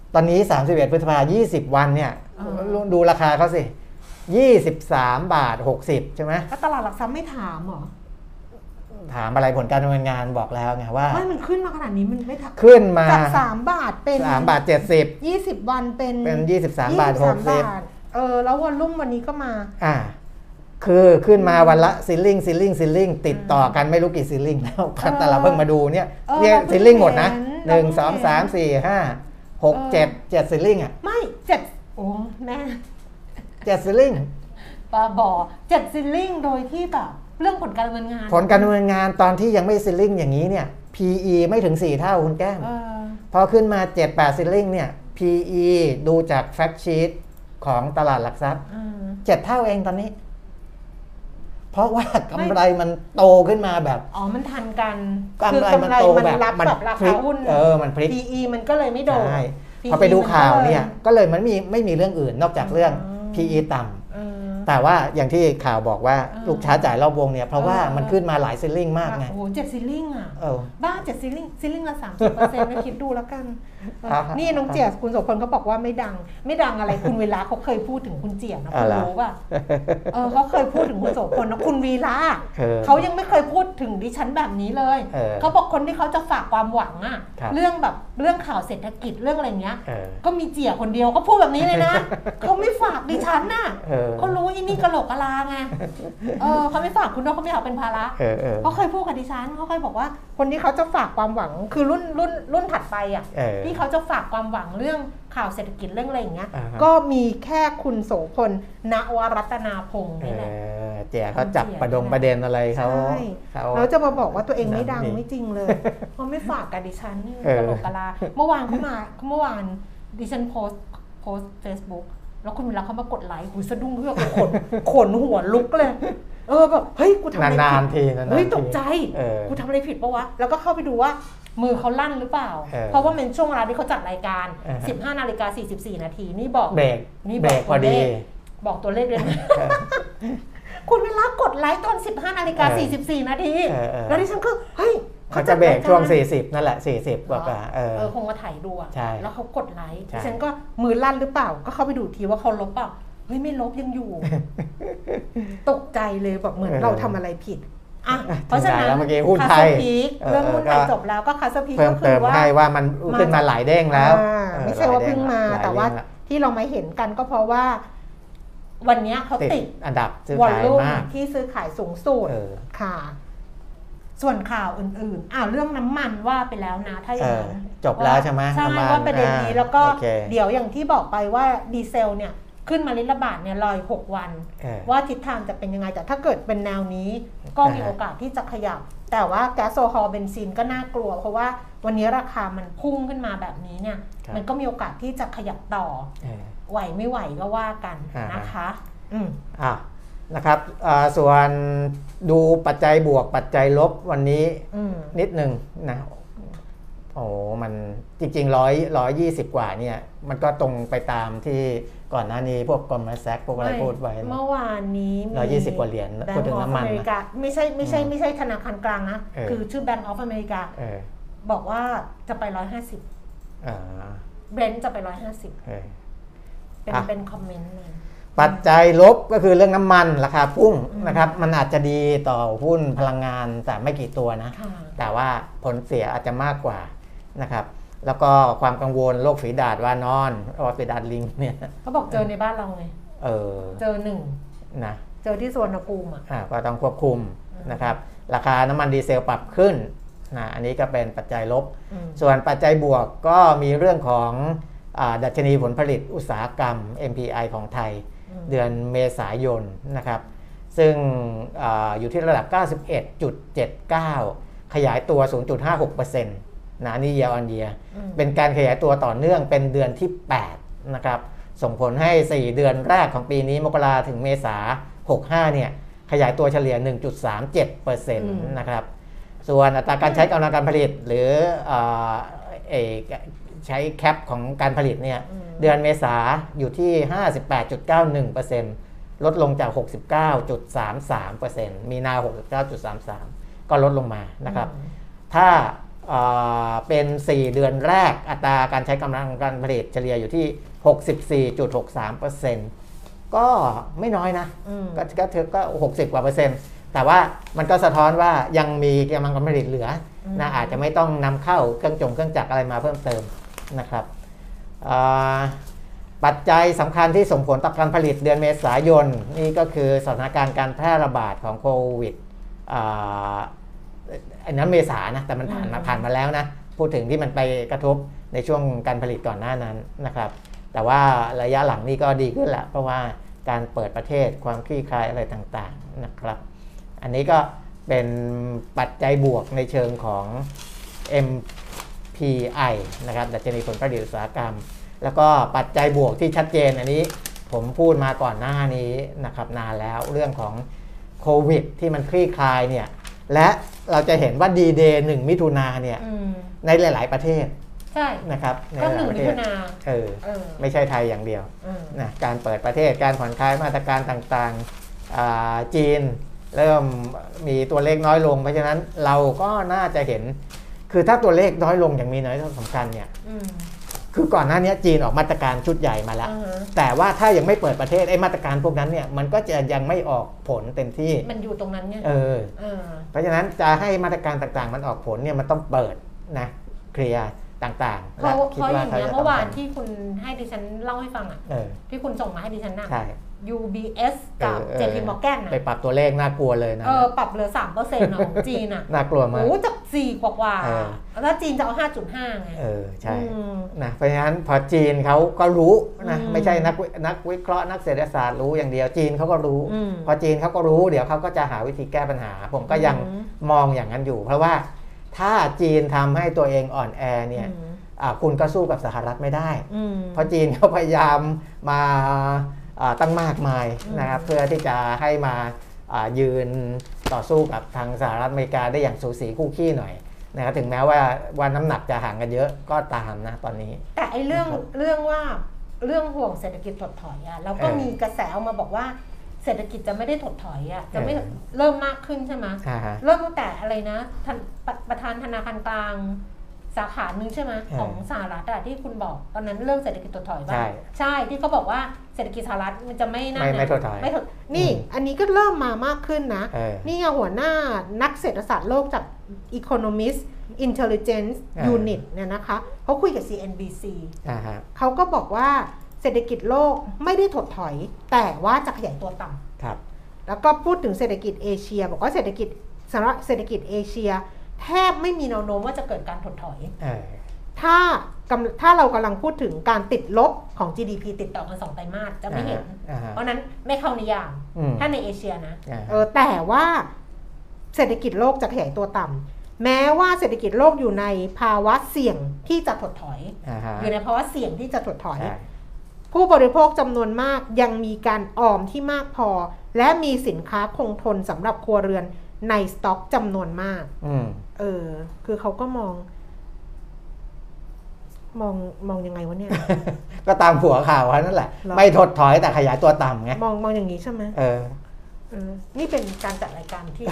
ตอนนี้สามสิบเอ็ดพฤษภาคมยี่สิบวันเนี่ยดูราคาเขาสิยี่สิบสามบาทหกสิบใช่ไหมก็ตลาดหลักทรัพย์ไม่ถามเหรอถามอะไรผลการดำเนินงานบอกแล้วไงว่าไม่มันขึ้นมาขนาดนี้มันไม่ถามขึ้นมาจากสามบาทเป็นสามบาทเจ็ดสิบยี่สิบวันเป็นเป็นยี่สิบสามบาทหกสิบเออแล้ววอลลุ่มวันนี้ก็มาอ่าคือขึ้นมาวันละซิลลิ่งซิลลิ่งซิลลิ่งติดต่อกันไม่รู้กี่ซิลลิ่งแล้วแต่เราเพิ่งมาดูเนี่ยเนี่ยซิลลิ่งหมดนะหนึ่งสองสามสี่ห้าหกเจ็ดเจ็ดซิลลิ่งอ่ะไม่เจ็ดโอ้แม่เจ็ดซิลลิ่งปาบอเจ็ดซิลลิ่งโดยที่แบบเรื่องผลการดำเนินงานผลการดำเนินงานตอนที่ยังไม่ซิลลิ่งอย่างนี้เนี่ย พี อี ไม่ถึงสี่เท่าคุณแก้มพอขึ้นมาเจ็ด แปดซิลลิ่งเนี่ย พี อี ดูจากแฟกต์ชีทของตลาดหลักทรัพย์เจ็ดเท่าเองตอนนี้เพราะว่ากำไรมันโตขึ้นมาแบบอ๋อมันทันกันกำไรมันโตแบบมันราคาหุ้นเออมันพลิกพี อี มันก็เลยไม่โดนพอไปดูข่าวเนี่ยก็เลยมันมีไม่มีเรื่องอื่นนอกจากเรื่อง พี อี ต่ำแต่ว่าอย่างที่ข่าวบอกว่าลูกค้าจ่ายรอบวงเนี่ยเพราะว่ามันขึ้นมาหลายซิลลิ่งมากไงโอ้โหเจ็ดซิลลิ่งอ่ะบ้าเจ็ดซิลลิ่งซิลลิ่งละสามสิบเปอร์เซ็นต์ไม่คิดดูแล้วกันนี่น้องเจียคุณโสพลก็บอกว่าไม่ดังไม่ดังอะไรคุณเวลาเขาเคยพูดถึงคุณเจียนะคุณรู้ป่ะเออเขาเคยพูดถึงคุณโสพลนะคุณวีระเขายังไม่เคยพูดถึงดิฉันแบบนี้เลยเขาบอกคนที่เขาจะฝากความหวังอ่ะเรื่องแบบเรื่องข่าวเศรษฐกิจเรื่องอะไรเงี้ยก็มีเจียคนเดียวก็พูดแบบนี้เลยนะเขาไม่ฝากดิฉันน่ะเขารู้อีนี่กะโหลกกะลาไงเออเขาไม่ฝากคุณน้องเขาไม่เอาเป็นภาระเขาเคยพูดกับดิฉันเขาเคยบอกว่าคนที่เขาจะฝากความหวังคือรุ่นรุ่นรุ่นถัดไปอ่ะที่เขาจะฝากความหวังเรื่องข่าวเศรษฐกิจเรื่องอะไรอย่างเงี้ยก็มีแค่คุณโสพลณวรัตนาพงศ์นี่แหละเจ๋เขาจับประดงประเด็นอะไรเขาแล้วจะมาบอกว่าตัวเองไม่ดังไม่จริงเลยเขาไม่ฝากกับดิฉันกะโหลกกะลาเมื่อวานเขามาเมื่อวานดิฉันโพสโพสเฟซบุ๊กแล้วคุณเวลาเขามากดไลค์หูสะดุ้งเพื่อขนขนหัวลุกเลยเออแบบเฮ้ยกูทำอะไรผิดนานๆทีนานๆเฮ้ยตกใจกูทำอะไรผิดปะวะแล้วก็เข้าไปดูว่ามือเขาลั่นหรือเปล่าเพราะว่าเป็นช่วงเวลาที่เขาจัดรายการ สิบห้านาฬิกาสี่สิบสี่นาทีนี่บอกเบรกนี่เบรกพอดีบอกตัวเลขเลยคุณเวลากดไลค์ตอน สิบห้านาฬิกาสี่สิบสี่นาทีแล้วดิฉันก็เฮ้ยเขาจะเบรกช่วงสี่สิบนั่นแหละสี่สิบกว่าเออคงมาถ่ายดูอ่ะแล้วเขากดไลค์ดิฉันก็มือลั่นหรือเปล่าก็เข้าไปดูทีว่าเขาลบเปล่าเฮ้ยไม่ลบยังอยู่ตกใจเลยแบบเหมือนเราทำอะไรผิดอ่ะเพราะฉะนั้นคาสพีกเรื่องหุ้นไทยจบแล้วก็คาสพีกก็คือว่าว่ามันขึ้นมาหลายเด้งแล้วไม่ใช่ว่าเพิ่งมาแต่ว่าที่เรามาเห็นกันก็เพราะว่าวันนี้เขาติดอันดับวอลลุ่มที่ซื้อขายสูงสุดค่ะส่วนข่าวอื่นๆอ้าวเรื่องน้ำมันว่าไปแล้วนะถ้าอย่างนั้นจบแล้วใช่ไหมใช่ว่าประเด็นนี้แล้วก็เดี๋ยวอย่างที่บอกไปว่าดีเซลเนี่ยขึ้นมาลิตรละบาทเนี่ยรออีกหกวันว่าทิศทางจะเป็นยังไงแต่ถ้าเกิดเป็นแนวนี้ก็มีโอกาสที่จะขยับแต่ว่าแก๊สโซฮอลเบนซินก็น่ากลัวเพราะว่าวันนี้ราคามันพุ่งขึ้นมาแบบนี้เนี่ยมันก็มีโอกาสที่จะขยับต่อไหวไม่ไหวก็ว่ากันนะคะอืมอ่ะนะครับส่วนดูปัจจัยบวกปัจจัยลบวันนี้นิดนึงนะโอ้มันจริงๆร้อยร้อยยี่สิบกว่าเนี่ยมันก็ตรงไปตามที่ก่อนหน้านี้พวกกอมมาแซกพวกอะไรพูดไว้เมื่อวานนี้ร้อยยี่สิบกว่าเหรียญพูดถึงน้ำมันไม่ใช่ไม่ใช่ไม่ใช่ธนาคารกลางนะคือชื่อ Bank of America บอกว่าจะไปร้อยห้าสิบเบรนท์จะไปร้อยห้าสิบเป็นเป็นคอมเมนต์เลยปัจจัยลบก็คือเรื่องน้ำมันราคาพุ่งนะครับมันอาจจะดีต่อหุ้นพลังงานแต่ไม่กี่ตัวนะแต่ว่าผลเสียอาจจะมากกว่านะครับแล้วก็ความกังวลโรคฝีดาษวานอนโรคฝีดาษลิงเนี่ยเขาบอกเจอในบ้านเราไงเออเจอหนึ่งนะเจอที่สวนภูมิอ่ะก็ต้องควบคุมนะครับราคาน้ำมันดีเซลปรับขึ้นนะอันนี้ก็เป็นปัจจัยลบส่วนปัจจัยบวกก็มีเรื่องของดัชนีผลผลิตอุตสาหกรรม เอ็ม พี ไอ ของไทยเดือนเมษายนนะครับซึ่ง อ, อยู่ที่ระดับ เก้าสิบเอ็ดจุดเจ็ดเก้า ขยายตัว ศูนย์จุดห้าหกเปอร์เซ็นต์ นะนี่ year on year เป็นการขยายตัวต่อเนื่องเป็นเดือนที่แปดนะครับส่งผลให้สี่เดือนแรกของปีนี้มกราถึงเมษาหกสิบห้าเนี่ยขยายตัวเฉลี่ย หนึ่งจุดสามเจ็ดเปอร์เซ็นต์ นะครับส่วนอัตราการใช้กำลังการผลิตหรือเอ่อเอใช้แคปของการผลิตเนี่ยเดือนเมษาอยู่ที่ ห้าสิบแปดจุดเก้าหนึ่งเปอร์เซ็นต์ ลดลงจาก หกสิบเก้าจุดสามสามเปอร์เซ็นต์ มีนา หกสิบเก้าจุดสามสาม ก็ลดลงมานะครับถ้าเป็นสี่เดือนแรกอัตราการใช้กำลังการผลิตเฉลี่ยอยู่ที่ หกสิบสี่จุดหกสามเปอร์เซ็นต์ ก็ไม่น้อยนะก็ก็เธอก็หกสิบกว่าเปอร์เซ็นต์แต่ว่ามันก็สะท้อนว่ายังมีกำลังการผลิตเหลือนะอาจจะไม่ต้องนำเข้าเครื่องจงเครื่องจักรอะไรมาเพิ่มเติมนะครับปัจจัยสำคัญที่ส่งผลต่อการผลิตเดือนเมษายนนี่ก็คือสถานการณ์การแพร่ระบาดของโควิดอันนั้นเมษานะแต่มันผ่านมาผ่านมาแล้วนะพูดถึงที่มันไปกระทบในช่วงการผลิตก่อนหน้านั้นนะครับแต่ว่าระยะหลังนี่ก็ดีขึ้นละเพราะว่าการเปิดประเทศความคลี่คลายอะไรต่างๆนะครับอันนี้ก็เป็นปัจจัยบวกในเชิงของ เอ็ม พี ไอ นะครับดัชนีผลผลิตอุตสาหกรรมแล้วก็ปัจจัยบวกที่ชัดเจนอันนี้ผมพูดมาก่อนหน้านี้นะครับนานแล้วเรื่องของโควิดที่มันคลี่คลายเนี่ยและเราจะเห็นว่าดีเดย์หนึ่งมิถุนาเนี่ยในหลายๆประเทศใช่นะครับในหลายประเทศเออไม่ใช่ไทยอย่างเดียวนะการเปิดประเทศการผ่อนคลายมาตรการต่างๆจีนเริ่มมีตัวเลขน้อยลงเพราะฉะนั้นเราก็น่าจะเห็นคือถ้าตัวเลขน้อยลงอย่างมีน้อยสำคัญเนี่ยคือก่อนหน้านี้จีนออกมาตรการชุดใหญ่มาแล้วแต่ว่าถ้ายังไม่เปิดประเทศไอ้มาตรการพวกนั้นเนี่ยมันก็จะยังไม่ออกผลเต็มที่มันอยู่ตรงนั้นเนี่ยเออเพราะฉะนั้นจะให้มาตรการต่างๆมันออกผลเนี่ยมันต้องเปิดนะเคลียร์ต่างๆเพราะเพราะอย่างเงี้ยเมื่อวานที่คุณให้ดิฉันเล่าให้ฟังอ่ะที่คุณส่งมาให้ดิฉันน่ะ ยู บี เอส กับ เจ พี Morgan ไปปรับตัวเลขน่ากลัวเลยนะเออปรับเหลือ สามเปอร์เซ็นต์ ของจีนน่ะน่ากลัวมากโอ้จากสี่กว่าๆแล้วจีนจะเอา ห้าจุดห้า ไงเออใช่นะเพราะฉะนั้นพอจีนเขาก็รู้นะไม่ใช่นักนักวิเคราะห์นักเศรษฐศาสตร์รู้อย่างเดียวจีนเขาก็รู้พอจีนเขาก็รู้เดี๋ยวเขาก็จะหาวิธีแก้ปัญหาผมก็ยังมองอย่างนั้นอยู่เพราะว่าถ้าจีนทำให้ตัวเองอ่อนแอเนี่ยคุณก็สู้กับสหรัฐไม่ได้เพราะจีนเขาพยายามมาตั้งมากมายนะครับเพื่อที่จะให้มายืนต่อสู้กับทางสหรัฐอเมริกาได้อย่างสูสีคู่ขี้หน่อยนะครับถึงแม้ว่าว่าน้ำหนักจะห่างกันเยอะก็ตามนะตอนนี้แต่ไอ้เรื่องเรื่องว่าเรื่องห่วงเศรษฐกิจถดถอยอ่ะแล้วก็มีกระแสออกมาบอกว่าเศรษฐกิจจะไม่ได้ถดถอยอ่ะจะไม่เริ่มมากขึ้นใช่ไหมเริ่มตั้งแต่อะไรนะประธานธนาคารกลางสาขาหนึ่งใช่ไหมของสหรัฐอะที่คุณบอกตอนนั้นเรื่องเศรษฐกิจถดถอยบ้างใช่ที่เขาบอกว่าเศรษฐกิจสหรัฐมันจะไม่น่าไม่ถดถอยไม่ถดนี่อันนี้ก็เริ่มมามากขึ้นนะนี่ไงหัวหน้านักเศรษฐศาสตร์โลกจาก Economist Intelligence Unit เนี่ยนะคะเขาคุยกับ ซี เอ็น บี ซี เขาก็บอกว่าเศรษฐกิจโลกไม่ได้ถดถอยแต่ว่าจะขยายตัวต่ำแล้วก็พูดถึงเศรษฐกิจเอเชียบอกว่าเศรษฐกิจสำหรับเศรษฐกิจเอเชียแทบไม่มีแนวโน้มว่าจะเกิดการถดถอยถ้าถ้าเรากำลังพูดถึงการติดลบของ จี ดี พี ติดต่อกันสองไตรมาสจะไม่เห็นเพราะนั้นไม่เข้านิยามถ้าในเอเชียนะเออแต่ว่าเศรษฐกิจโลกจะขยายตัวต่ำแม้ว่าเศรษฐกิจโลกอยู่ในภาวะเสี่ยงที่จะถดถอยอยู่ในภาวะเสี่ยงที่จะถดถอยผู้บริโภคจำนวนมากยังมีการออมที่มากพอและมีสินค้าคงทนสำหรับครัวเรือนในสต็อกจำนวนมากเออคือเขาก็มองมองมองยังไงวะเนี่ยก็ตามหัวข่าวนั่นแหละไม่ถดถอยแต่ขยายตัวต่ำไงมองมองอย่างนี้ใช่ไหมเออเออนี่เป็นการจัดรายการที่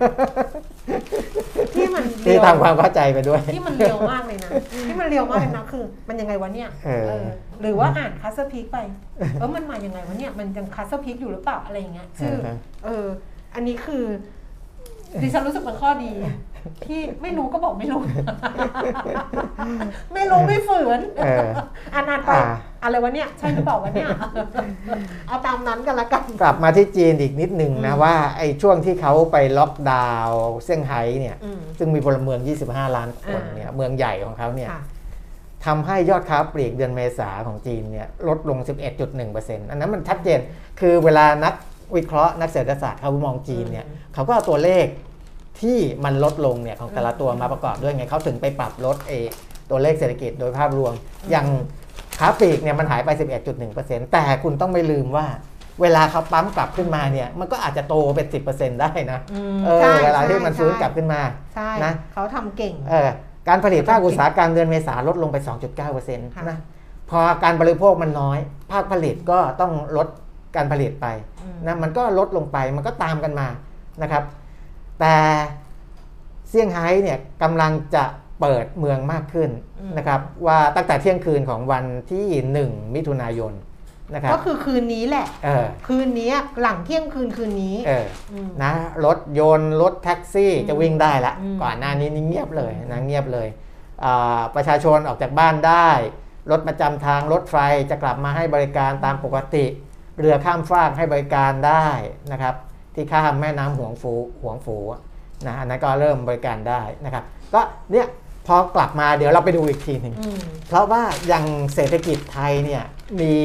ที่มันที่ทำความเข้าใจไปด้วยที่มันเรียวมากเลยนะที่มันเรียวมากเลยนะคือมันยังไงวะเนี่ยเออหรือว่าอ่านคัสเซอร์พีคไปเออมันมายังไงวะเนี่ยมันยังคัสเซอร์พีคอยู่หรือเปล่าอะไรอย่างเงี้ยชื่อเอออันนี้คือดิฉันรู้สึกเป็นข้อดีที่ไม่รู้ก็บอกไม่รู้ ไม่รู้ไม่ฝืนอ่านไปอะไรวะเนี่ยใช่หรือเปล่าวะเนี่ยเอาตามนั้นกันละกันกลับมาที่จีนอีกนิดนึงนะว่าไอ้ช่วงที่เขาไปล็อกดาวน์เซี่ยงไฮ้เนี่ยซึ่งมีพลเมืองยี่สิบห้าล้านคนเนี่ยเมืองใหญ่ของเขาเนี่ยทำให้ยอดค้าปลีกเดือนเมษาของจีนเนี่ยลดลง สิบเอ็ดจุดหนึ่งเปอร์เซ็นต์ อันนั้นมันชัดเจนคือเวลานักวิเคราะห์นักเศรษฐศาสตร์เขามองจีนเนี่ยเขาก็เอาตัวเลขที่มันลดลงเนี่ยของแต่ละตัวมาประกอบด้วยไงเขาถึงไปปรับลดเอตัวเลขเศรษฐกิจโดยภาพรวมอย่างค้าปลีกเนี่ยมันหายไป สิบเอ็ดจุดหนึ่งเปอร์เซ็นต์ แต่คุณต้องไม่ลืมว่าเวลาเขาปั๊มกลับขึ้นมาเนี่ยมันก็อาจจะโตเป็น สิบเปอร์เซ็นต์ ได้นะเออเวลาที่มันฟื้นกลับขึ้นมานะเขาทำเก่งเออการผลิตภาคอุตสาหกรรมเดือนเมษาลดลงไป สองจุดเก้าเปอร์เซ็นต์ นะพอการบริโภคมันน้อยภาคผลิตก็ต้องลดการผลิตไปนะมันก็ลดลงไปมันก็ตามกันมานะครับแต่เซี่ยงไฮ้เนี่ยกำลังจะเปิดเมืองมากขึ้นนะครับว่าตั้งแต่เที่ยงคืนของวันที่หนึ่งมิถุนายนนะครับก็คือคืนนี้แหละคืนนี้หลังเที่ยงคืนคืนนี้นะรถยนต์รถแท็กซี่จะวิ่งได้ละก่อนหน้านี้นี่เงียบเลยนะเงียบเลยประชาชนออกจากบ้านได้รถประจำทางรถไฟจะกลับมาให้บริการตามปกติเรือข้ามฟากให้บริการได้นะครับที่ข้ามแม่น้ำหวงฟูหวงฟูนะอันนั้นก็เริ่มบริการได้นะครับก็เนี่ยพอกลับมาเดี๋ยวเราไปดูอีกทีหนึ่งเพราะว่าอย่างเศรษฐกิจไทยเนี่ยมี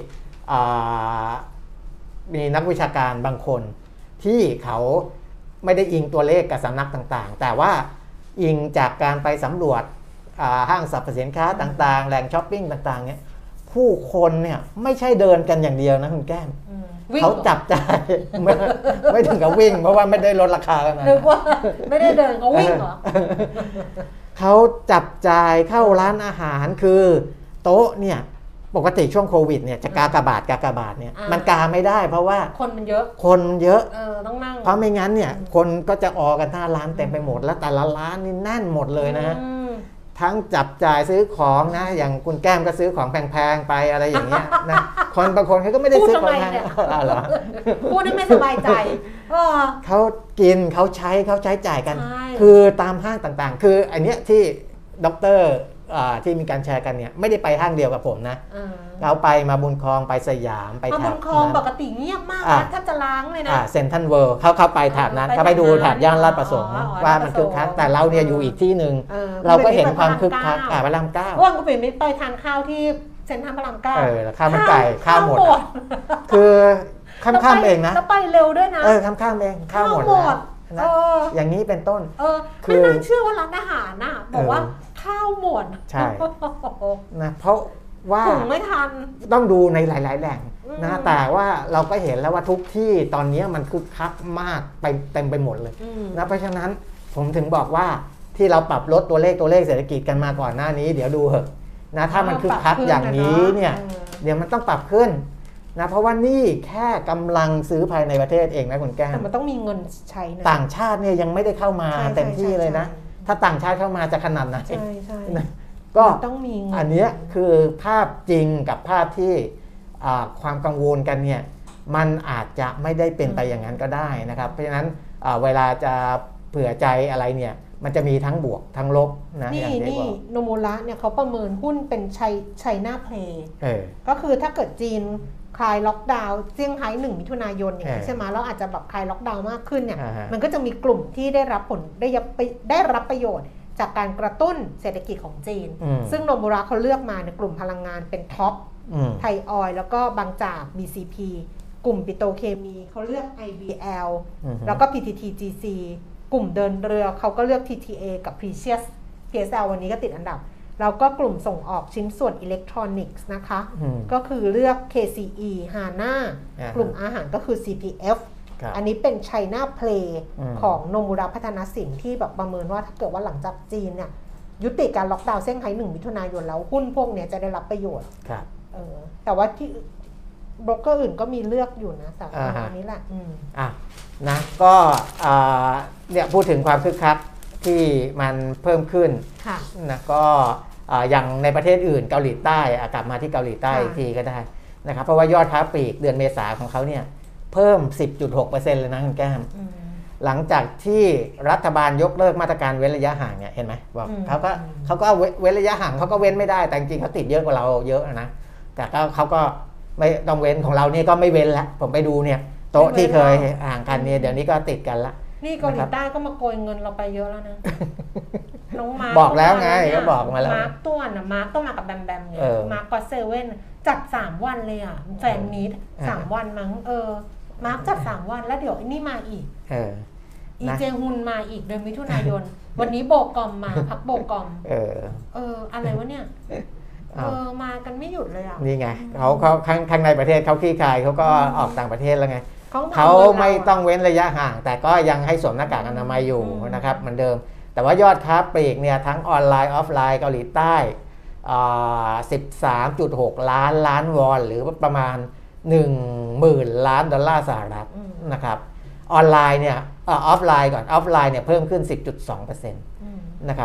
มีนักวิชาการบางคนที่เขาไม่ได้อิงตัวเลขกับสำนักต่างๆแต่ว่าอิงจากการไปสำรวจห้างสรรพสินค้าต่างๆแหล่งช้อปปิ้งต่างๆเนี่ยผู้คนเนี่ยไม่ใช่เดินกันอย่างเดียวนะคุณแก้มเขาจับจ่ายไม่ไม่ถึงกับวิ่งเพราะว่าไม่ได้ลดราคากันนะนึกว่าไม่ได้เดินเขาวิ่งเหรอเขาจับจ่ายเข้าร้านอาหารคือโต๊ะเนี่ยปกติช่วงโควิดเนี่ยจะกากบาทกากบาทเนี่ยมันกาไม่ได้เพราะว่าคนมันเยอะคนมันเยอะเออต้องนั่งเพราะไม่งั้นเนี่ยคนก็จะออกันหน้าร้านเต็มไปหมดแล้วแต่ละร้านนี่แน่นหมดเลยนะฮะทั้งจับจ่ายซื้อของนะอย่างคุณแก้มก็ซื้อของแพงๆไปอะไรอย่างเงี้ยนะคนบางคนเขาก็ไม่ได้ซื้อของแพงเหรอพูดให้ไม่สบายใจเขากินเขาใช้เขาใช้จ่ายกันคือตามห้างต่างๆคืออันเนี้ยที่ด็อกเตอร์ที่มีการแชร์กันเนี่ยไม่ได้ไปห้างเดียวกับผมนะเราไปมาบุญครองไปสยามไปแถบบุญครองปกติเงียบมากนะแทบจะล้างเลยนะเซ็นทรัลเวิลด์เขาเข้าไปแถบนั้นเขาไปดูแถบย่านลาดประสงค์ว่ามันคึกคักแต่เราเนี่ยอยู่อีกที่หนึ่งเราก็เห็นความคึกคักพระรามเก้าว่างก็เป็นไม่ไปทานข้าวที่เซ็นทรัลพระรามเก้าเออข้าวมันไก่ข้าวหมดคือข้ามข้ามเองนะแล้วไปเร็วด้วยนะเออข้ามข้ามเองข้าวหมดนะอย่างนี้เป็นต้นเออไม่น่าเชื่อว่าร้านอาหารน่ะบอกว่าข้าวหมดใช่นะเพราะว่าถุงไม่ทันต้องดูในหลายๆแหล่งนะแต่ว่าเราก็เห็นแล้วว่าทุกที่ตอนนี้มันคึกคักมากไปเต็มไปหมดเลยนะเพราะฉะนั้นผมถึงบอกว่าที่เราปรับลดตัวเลขตัวเลขเศรษฐกิจกันมาก่อนหน้านี้เดี๋ยวดูเหอะนะถ้ามันคึกคักอย่างนี้เนี่ยเดี๋ยวมันต้องปรับขึ้นนะเพราะว่านี่แค่กำลังซื้อภายในประเทศเองนะคุณแก้มแต่มันต้องมีเงินใช้นะต่างชาติเนี่ยยังไม่ได้เข้ามาเต็มที่เลยนะถ้าต่างชาติเข้ามาจะขนาดไหนใช่ใช่ก็ต้องมีอันนี้คือภาพจริงกับภาพที่ความกังวลกันเนี่ยมันอาจจะไม่ได้เป็นไปอย่างนั้นก็ได้นะครับเพราะฉะนั้นเวลาจะเผื่อใจอะไรเนี่ยมันจะมีทั้งบวกทั้งลบนะนี่นี่โนโมระเนี่ยเขาประเมินหุ้นเป็นไชไชน่าเพลย์ก็คือถ้าเกิดจีนคลายล็อกดาวน์เซี่ยงไฮ้หนึ่งมิถุนายนอย่างนี้ใช่ไหมแล้วอาจจะแบบคลายล็อกดาวน์มากขึ้นเนี่ยมันก็จะมีกลุ่มที่ได้รับผลได้ได้รับประโยชน์จากการกระตุ้นเศรษฐกิจของจีนซึ่งโนมุระเขาเลือกมาในกลุ่มพลังงานเป็นท็อปไทยออยล์แล้วก็บางจาก บี ซี พี กลุ่มปิโตรเคมีเขาเลือก ไอ บี แอล แล้วก็ พี ที ที จี ซี กลุ่มเดินเรือเขาก็เลือก ที ที เอ กับ Precious พี เอส แอล วันนี้ก็ติดอันดับแล้วก็กลุ่มส่งออกชิ้นส่วนอิเล็กทรอนิกส์นะคะก็คือเลือก เค ซี อี Hana กลุ่มอาหารก็คือ ซี พี เอฟ อันนี้เป็น China Play ของโนมุระพัฒนสินที่แบบประเมินว่าถ้าเกิดว่าหลังจากจีนเนี่ยยุติการล็อกดาวน์เซี่ยงไฮ้หนึ่งมิถุนายนแล้วหุ้นพวกนี้จะได้รับประโยชน์เออแต่ว่าที่โบรกเกอร์อื่นก็มีเลือกอยู่นะแต่อันนี้แหละอ่ะนะก็เนี่ยพูดถึงความคึกคักที่มันเพิ่มขึ้นนะก็อย่างในประเทศอื่นเกาหลีใต้กลับมาที่เกาหลีใต้อีกทีก็ได้นะครับเพราะว่ายอดค้าปลีกเดือนเมษาของเขาเนี่ยเพิ่ม สิบจุดหกเปอร์เซ็นต์ เลยนะคุณแก้มหลังจากที่รัฐบาลยกเลิกมาตรการเว้นระยะห่างเนี่ยเห็นไหมบอกเขาก็เขาก็เว้นระยะห่างเขาก็เว้นไม่ได้แต่จริงเขาติดเยอะกว่าเราเยอะนะแต่ก็เขาก็ไม่ต้องเว้นของเราเนี่ยก็ไม่เว้นแล้วผมไปดูเนี่ยโต๊ะที่เคยห่างกันเนี่ยเดี๋ยวนี้ก็ติดกันละนี่เกาหลีใต้ก็มาโกยเงินเราไปเยอะแล้วนะน้องมาร์คบอกแล้วไงก็บอกมาแล้วมาร์คตัวน่ะมาร์คต้องมากับแบมแบมเนี่ยมาร์คก็เซเว่นจัดสามวันเลยอ่ะแฟนมีตสามวันมั้งเออมาร์คจัดสามวันแล้วเดี๋ยวนี่มาอีกเอออีเจฮุนมาอีกเดือนมิถุนายนวันนี้โบกอมมาพักโบกอมเออเอออะไรวะเนี่ยเออมากันไม่หยุดเลยอ่ะนี่ไงเขาเขาข้างในประเทศเขาขี้คายเขาก็ออกต่างประเทศแล้วไงเขาไม่ต้องเว้นระยะห่างแต่ก็ยังให้สวมหน้ากากอนามัยอยู่นะครับเหมือนเดิมแต่ว่ายอดค้าปลีกเนี่ยทั้งออนไลน์ออฟไลน์เกาหลีใต้สิบสามจุดหกล้านล้านวอนหรือประมาณ หนึ่งหมื่น ล้านดอลลาร์สหรัฐนะครับออนไลน์เนี่ยออฟไลน์ก่อนออฟไลน์เนี่ยเพิ่มขึ้น สิบจุดสองเปอร์เซ็นต์ นะครับ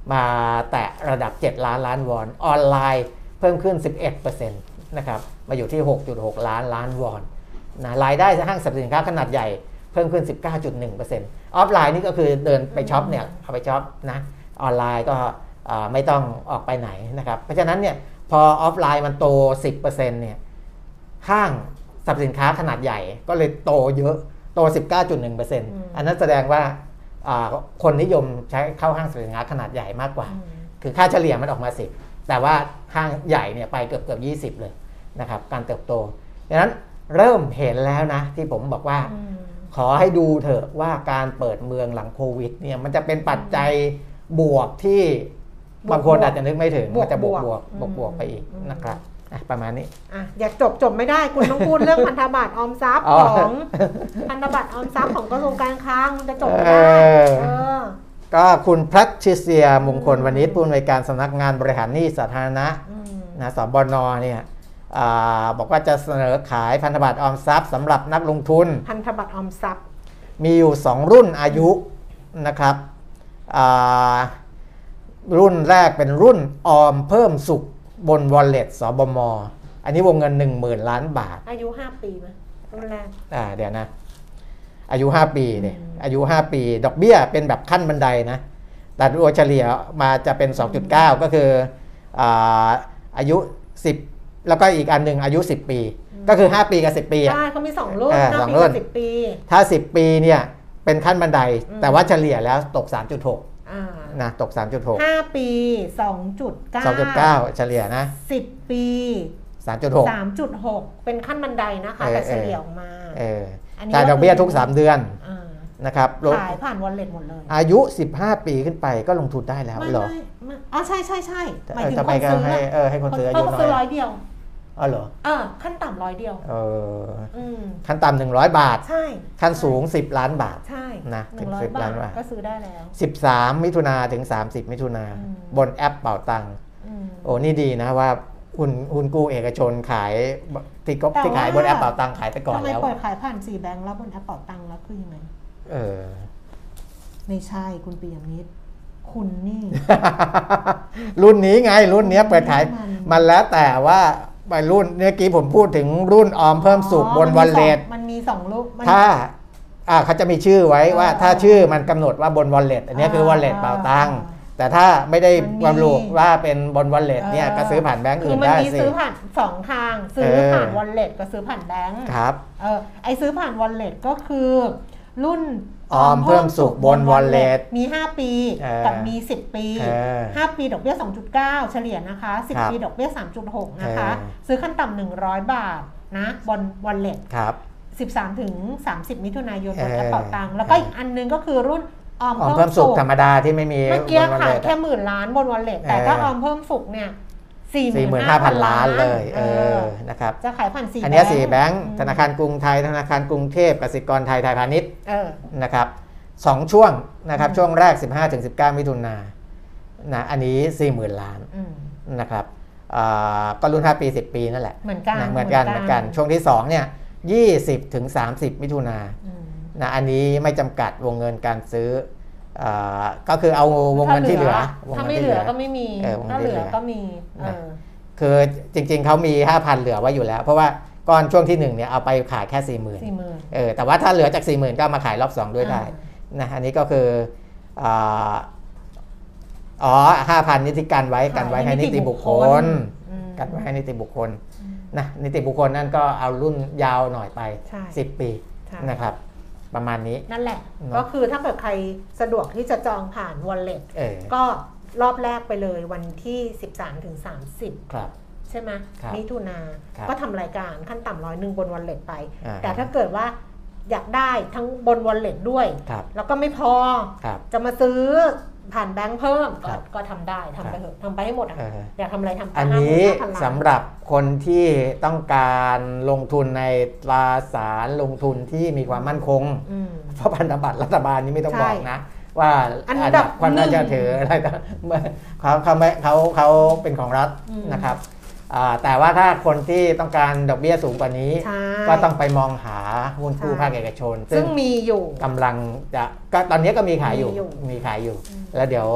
มาแตะระดับเจ็ดล้านล้านวอนออนไลน์เพิ่มขึ้น สิบเอ็ดเปอร์เซ็นต์ นะครับมาอยู่ที่ หกจุดหก ล้านล้านวอนนะรายได้ห้างสรรพสินค้าขนาดใหญ่เพิ่มขึ้น สิบเก้าจุดหนึ่งเปอร์เซ็นต์ ออฟไลน์นี่ก็คือเดินไปช็อปเนี่ยเอาไปช็อปนะออนไลน์ก็ไม่ต้องออกไปไหนนะครับเพราะฉะนั้นเนี่ยพอออฟไลน์มันโต สิบเปอร์เซ็นต์ เนี่ยห้างสรรพสินค้าขนาดใหญ่ก็เลยโตเยอะโต สิบเก้าจุดหนึ่งเปอร์เซ็นต์ อันนั้นแสดงว่าคนนิยมใช้เข้าห้างสรรพสินค้าขนาดใหญ่มากกว่าคือค่าเฉลี่ยมันออกมาสิบแต่ว่าห้างใหญ่เนี่ยไปเกือบเกือบยี่สิบเลยนะครับการเติบโตดังนั้นเริ่มเห็นแล้วนะที่ผมบอกว่าขอให้ดูเถอะว่าการเปิดเมืองหลังโควิดเนี่ยมันจะเป็นปัจจัยบวกที่บางคนอาจจะนึกไม่ถึงมันจะบวกบวกบวกบวกไปอีกนะครับประมาณนี้อ่ะอยากจบจบไม่ได้คุณต้องพูดเรื่องพันธบัตรออมทรัพย์ของพันธบัตรออมทรัพย์ของกระทรวงการคลังมันจะจบไม่ได้ก็คุณแพทริเซียมงคลวณิชผู้อำนวยการสำนักงานบริหารหนี้สาธารณะนะสบนเนี่ยบอกว่าจะเสนอขายพันธบัตรออมทรัพย์สำหรับนักลงทุนพันธบัตรออมทรัพย์มีอยู่สองรุ่นอายุนะครับรุ่นแรกเป็นรุ่นออมเพิ่มสุขบน Wallet สบม.อันนี้วงเงิน หนึ่งหมื่น ล้านบาทอายุห้าปีมั้ยรุ่นแรกอ่าเดี๋ยวนะอายุห้าปีเนี่ยอายุห้าปีดอกเบี้ยเป็นแบบขั้นบันไดนะแต่โดยเฉลี่ยมาจะเป็น สองจุดเก้า ก็คืออ่าอายุสิบแล้วก็อีกอันนึงอายุสิบปีก็คือห้าปีกับสิบปีอ่ะใช่เค้ามีสองรุ่นห้าปีกับสิบปีถ้าสิบปีเนี่ยเป็นขั้นบันไดแต่ว่าเฉลี่ยแล้วตก สามจุดหกนะตก สามจุดหกห้าปี สองจุดเก้าสองจุดเก้า เฉลี่ยนะสิบปีสามจุดหกสามจุดหก เป็นขั้นบันไดนะคะแต่เฉลี่ยออกมาเออจ่ายดอกเบี้ยทุกสามเดือนนะครับขายผ่าน Wallet หมดเลยอายุสิบห้าปีขึ้นไปก็ลงทุนได้แล้วเหรออ๋อใช่ๆๆหมายถึงคนซื้อให้เออให้คนซื้ออายุน้อยเขาซื้อร้อยเดียวอ๋อเหรอเออขั้นต่ำร้อยเดียวเออขั้นต่ำหนึ่งร้อยบาทใช่ขั้นสูงสิบล้านบาทใช่นะหนึ่งร้อยบาทก็ซื้อได้แล้วสิบสามมิถุนาถึงสามสิบมิถุนาบนแอปเป๋าตังค์โอ้นี่ดีนะว่าหุ้นหุ้นกู้เอกชนขายที่ก็ที่ขายบนแอปเป๋าตังค์ขายไปก่อนแล้วทำไมปล่อยขายผ่านสี่แบงค์แล้วบนแอปเป๋าตังค์แล้วคือยังไงเออไม่ใช่คุณปิยมิตรคุณนี่รุ่นนี้ไงรุ่นนี้เปิดขายมันแล้วแต่ว่าไปรุ่นเมื่อกี้ผมพูดถึงรุ่นออมเพิ่มสุขบน Wallet มันมีสองรุ่นถ้าอ่าเขาจะมีชื่อไว้ว่าถ้าชื่อมันกำหนดว่าบน Wallet อันนี้คือ Wallet เป๋าตังค์แต่ถ้าไม่ได้ระบุว่าเป็นบน Wallet เนี่ยก็ซื้อผ่านแบงก์อื่นได้สิคือมันมีซื้อผ่านสองทางซื้อผ่าน Wallet กับซื้อผ่านแบงก์ครับเออไอซื้อผ่าน Wallet ก็คือรุ่นออมเพิ่มสุขบน Wallet มีห้าปีกับมีสิบปีห้าปีดอกเบี้ย สองจุดเก้า เฉลี่ยนะคะสิบปีดอกเบี้ย สามจุดหก นะคะซื้อขั้นต่ำหนึ่งร้อยบาทนะบน Wallet ครับสิบสามถึงสามสิบมิถุนายนบนแอปเป๋าตังค์แล้วก็อีกอันนึงก็คือรุ่นออมเพิ่มสุขธรรมดาที่ไม่มีเมื่อกี้ขายแค่หมื่นล้านบน Wallet แต่ถ้าออมเพิ่มสุขเนี่ยสี่หมื่นห้าพัน ล้านเลยเออนะครับจะขายผ่านสี่อันนี้สี่แบงค์ธนาคารกรุงไทยธนาคารกรุงเทพกสิกรไทยไทยพาณิชย์นะครับสองช่วงนะครับช่วงแรก สิบห้าถึงสิบเก้า มิถุนายนนะอันนี้ สี่หมื่น ล้านนะครับก็รุ่นห้าปีสิบปีนั่นแหละเหมือนกันเหมือนกันเหมือนกันช่วงที่สองเนี่ยยี่สิบถึงสามสิบมิถุนายนนะอันนี้ไม่จำกัดวงเงินการซื้อก็คือเอาวงเงินที่เหลือถ้าไม่เหลือก็ไม่มีถ้าเหลือก็มีคือจริงๆเขามี ห้าพัน เหลือไว้อยู่แล้วเพราะว่าก่อนช่วงที่หนึ่งเนี่ยเอาไปขายแค่ สี่หมื่น เออแต่ว่าถ้าเหลือจาก สี่หมื่น ก็มาขายรอบสองด้วยได้นะอันนี้ก็คืออ๋อ ห้าพัน นี่ที่กันไว้กันไว้ให้นิติบุคคลกันไว้ให้นิติบุคคลนะนิติบุคคลนั่นก็เอารุ่นยาวหน่อยไปสิบปีนะครับประมาณนี้นั่นแหละก็คือถ้าเกิดใครสะดวกที่จะจองผ่าน Wallet ก็รอบแรกไปเลยวันที่ สิบสามถึงสามสิบครับใช่ไหมมิถุนาก็ทำรายการขั้นต่ำร้อยหนึ่งบน Wallet ไปแต่ถ้าเกิดว่าอยากได้ทั้งบน Wallet ด้วยแล้วก็ไม่พอจะมาซื้อผ่านแบงค์เพิ่มก็ทำได้ทำไปเถอะทำไปให้หมดอ่ะอยากทำอะไรทำไปอันนี้สำหรับคนที่ต้องการลงทุนในตราสารลงทุนที่มีความมั่นคงเพราะพันธบัตรรัฐบาลนี้ไม่ต้องบอกนะว่าอันดับความน่าจะถืออะไรเขาเขาไม่เขาเขาเป็นของรัฐนะครับแต่ว่าถ้าคนที่ต้องการดอกเบี้ยสูงกว่านี้ก็ต้องไปมองหาหุ้นกู้ภาคเอกชนซึ่งมีอยู่กำลังจะก็ตอนนี้ก็มีขายอยู่มีขายอยู่แล้วเดี๋ยว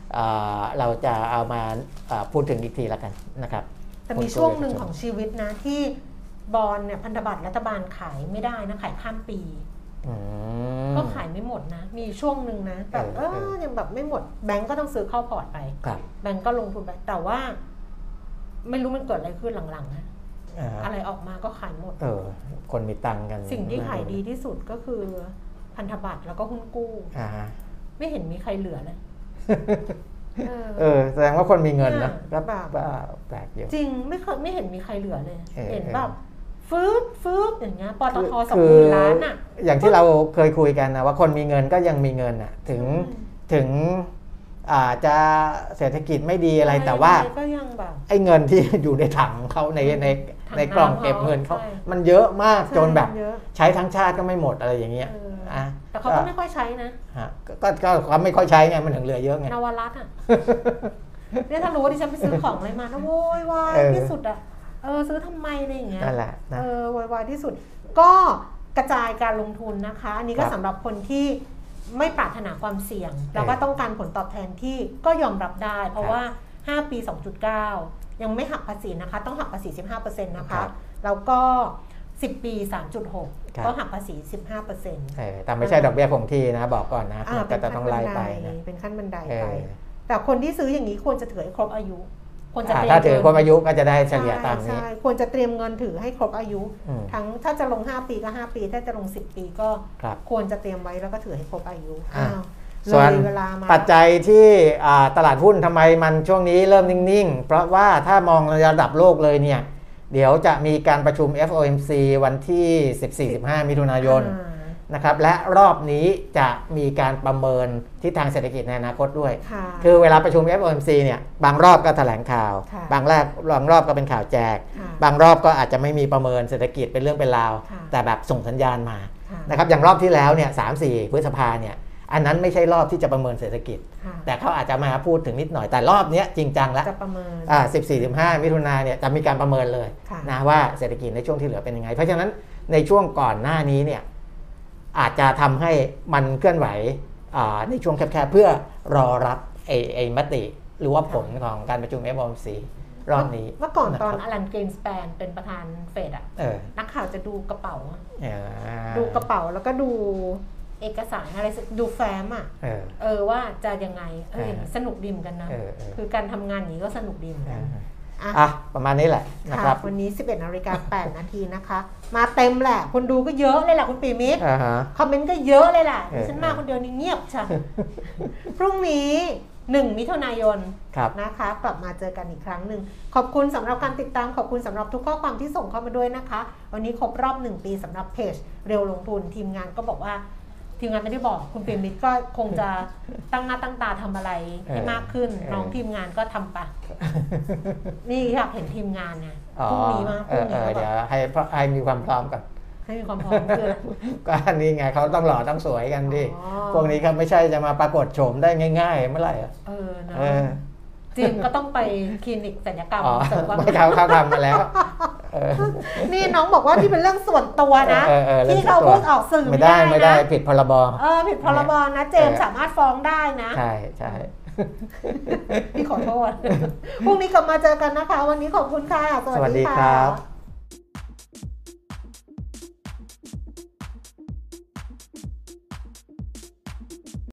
เอ่อเราจะเอามาเอ่อพูดถึงอีกทีแล้วกันนะครับแต่มีช่วงหนึ่งของชีวิตนะที่บอลเนี่ยพันธบัตรรัฐบาลขายไม่ได้นะขายข้ามปีก็ขายไม่หมดนะมีช่วงหนึ่งนะแบบเออยังแบบไม่หมดแบงก์ก็ต้องซื้อเข้าพอร์ตไปแบงก์ก็ลงทุนไปแต่ว่าไม่รู้มันเกิดอะไรขึ้นหลังๆนะอะไรออกมาก็ขายหมดเออคนมีตังกันสิ่งที่ขายดีที่สุดก็คือพันธบัตรแล้วก็หุ้นกู้ไม่เห็นมีใครเหลือเลยเออแสดงว่าคนมีเงินนะก็แบบแปลกอยู่จริงไม่เคยไม่เห็นมีใครเหลือเลยเห็นแบบฟืดฟืดอย่างเงี้ยปตทสองหมื่นล้านอ่ะอย่างที่เราเคยคุยกันนะว่าคนมีเงินก็ยังมีเงินอ่ะถึงถึงอาจจะเศรษฐกิจไม่ดีอะไรแต่ว่าไอ้เงินที่อยู่ในถังเขาในในในกล่องเก็บเงินเขามันเยอะมากจนแบบใช้ทั้งชาติก็ไม่หมดอะไรอย่างเงี้ยอ่ะแต่เขาก็ไม่ค่อยใช้นะก็ก็เขาไม่ค่อยใช้ไงมันถึงเหลือเยอะไงนวรัตน์อ่ะเนี่ยถ้ารู้ว่าดิฉันไปซื้อของอะไรมานะโวยวายที่สุดอ่ะเออซื้อทำไมอะไรอย่างเงี้ยนั่นแหละเออโวยวายที่สุดก็กระจายการลงทุนนะคะอันนี้ก็สำหรับคนที่ไม่ปรารถนาความเสี่ยงแล้วก็ต้องการผลตอบแทนที่ก็ยอมรับได้เพราะว่าห้าปี สองจุดเก้า ยังไม่หักภาษีนะคะต้องหักภาษี สิบห้าเปอร์เซ็นต์ นะคะแล้วก็สิบปี สามจุดหก ก็หักภาษี สิบห้าเปอร์เซ็นต์เออแต่ไม่ใช่ดอกเบี้ยคงที่นะบอกก่อนนะก็จะต้องไล่ไปนะเป็นขั้นบันไดไปแต่คนที่ซื้ออย่างนี้ควรจะถือให้ครบอายุควรจะถ้าถือครบอายุก็จะได้เฉลี่ยตามนี้ควรจะเตรียมเงินถือให้ครบอายุทั้งถ้าจะลงห้าปีก็ห้าปีถ้าจะลงสิบปีก็ควรจะเตรียมไว้แล้วก็ถือให้ครบอายุส่วนปัจจัยที่ตลาดหุ้นทำไมมันช่วงนี้เริ่มนิ่งๆเพราะว่าถ้ามองระดับโลกเลยเนี่ยเดี๋ยวจะมีการประชุม เอฟ โอ เอ็ม ซี วันที่ สิบสี่ สิบห้า มิถุนายนนะครับและรอบนี้จะมีการประเมินทิศทางเศรษฐกิจในอนาคตด้วยคือเวลาประชุม เอฟ โอ เอ็ม ซี เนี่ยบางรอบก็แถลงข่าวบางแรกบางรอบก็เป็นข่าวแจกบางรอบก็อาจจะไม่มีประเมินเศรษฐกิจเป็นเรื่องเป็นราวแต่แบบส่งสัญญาณมานะครับอย่างรอบที่แล้วเนี่ย สามสี่ พฤษภาเนี่ยอันนั้นไม่ใช่รอบที่จะประเมินเศรษฐกิจแต่เขาอาจจะมาพูดถึงนิดหน่อยแต่รอบนี้จริงจังแล้วจะประเมินอ่า สิบสี่ สิบห้า มิถุนายนเนี่ยจะมีการประเมินเลยนะว่าเศรษฐกิจในช่วงที่เหลือเป็นยังไงเพราะฉะนั้นในช่วงก่อนหน้านี้เนี่ยอาจจะทำให้มันเคลื่อนไหวในช่วงแคบๆเพื่อรอรับไอ้ไอ้มติหรือว่าผลของการประชุม เอฟ โอ เอ็ม ซี รอบนี้เมื่อก่อนตอนอลัน เกรนสแปนเป็นประธานเฟดอ่ะนักข่าวจะดูกระเป๋าดูกระเป๋าแล้วก็ดูเอกสารอะไรดูแฟ้มอ่ะเออเออว่าจะยังไงเออสนุกดีเหมือนกันนะคือการทำงานอย่างนี้ก็สนุกดีเหมือนกันอ่ะประมาณนี้แหละนะครับวันนี้ สิบเอ็ดนาฬิกาแปดนาทีนะคะมาเต็มแหละคนดูก็เยอะเลยแหละคุณปีมิตรคอมเมนต์ก็เยอะเลยแหละฉันมาคนเดียวนี่เงียบจ้ะพรุ่งนี้หนึ่งมิถุนายนนะคะกลับมาเจอกันอีกครั้งหนึ่งขอบคุณสำหรับการติดตามขอบคุณสำหรับทุกข้อความที่ส่งเข้ามาด้วยนะคะวันนี้ครบรอบหนึ่งปีสำหรับเพจเร็วลงทุนทีมงานก็บอกว่าทีมงานไม่ได้บอกคุณปีมิตรก็คงจะตั้งหน้าตั้งตาทำอะไรให้มากขึ้นน้องทีมงานก็ทำปะนี่อยากเห็นทีมงานไงพรุ่งนี้มาพรุ่งนี้เดี๋ยวให้ให้มีความพร้อมกันให้มีความพร้อมคือก็นี่ไงเขาต้องหล่อต้องสวยกันดิพวกนี้เขาไม่ใช่จะมาปรากฏโฉมได้ง่ายๆเมื่อไหร่อ่ะเออนะจริงก็ต้องไปคลินิกศัลยกรรมเสริมความเขาเขาทำมาแล้วนี่น้องบอกว่าที่เป็นเรื่องส่วนตัวนะที่เขาพูดออกสื่อไม่ได้ไม่ได้ผิดพรบเออผิดพรบนะเจมสามารถฟ้องได้นะใช่ใช่พี่ขอโทษพรุ่งนี้กลับมาเจอกันนะคะวันนี้ขอบคุณค่ะสวัสดีครับ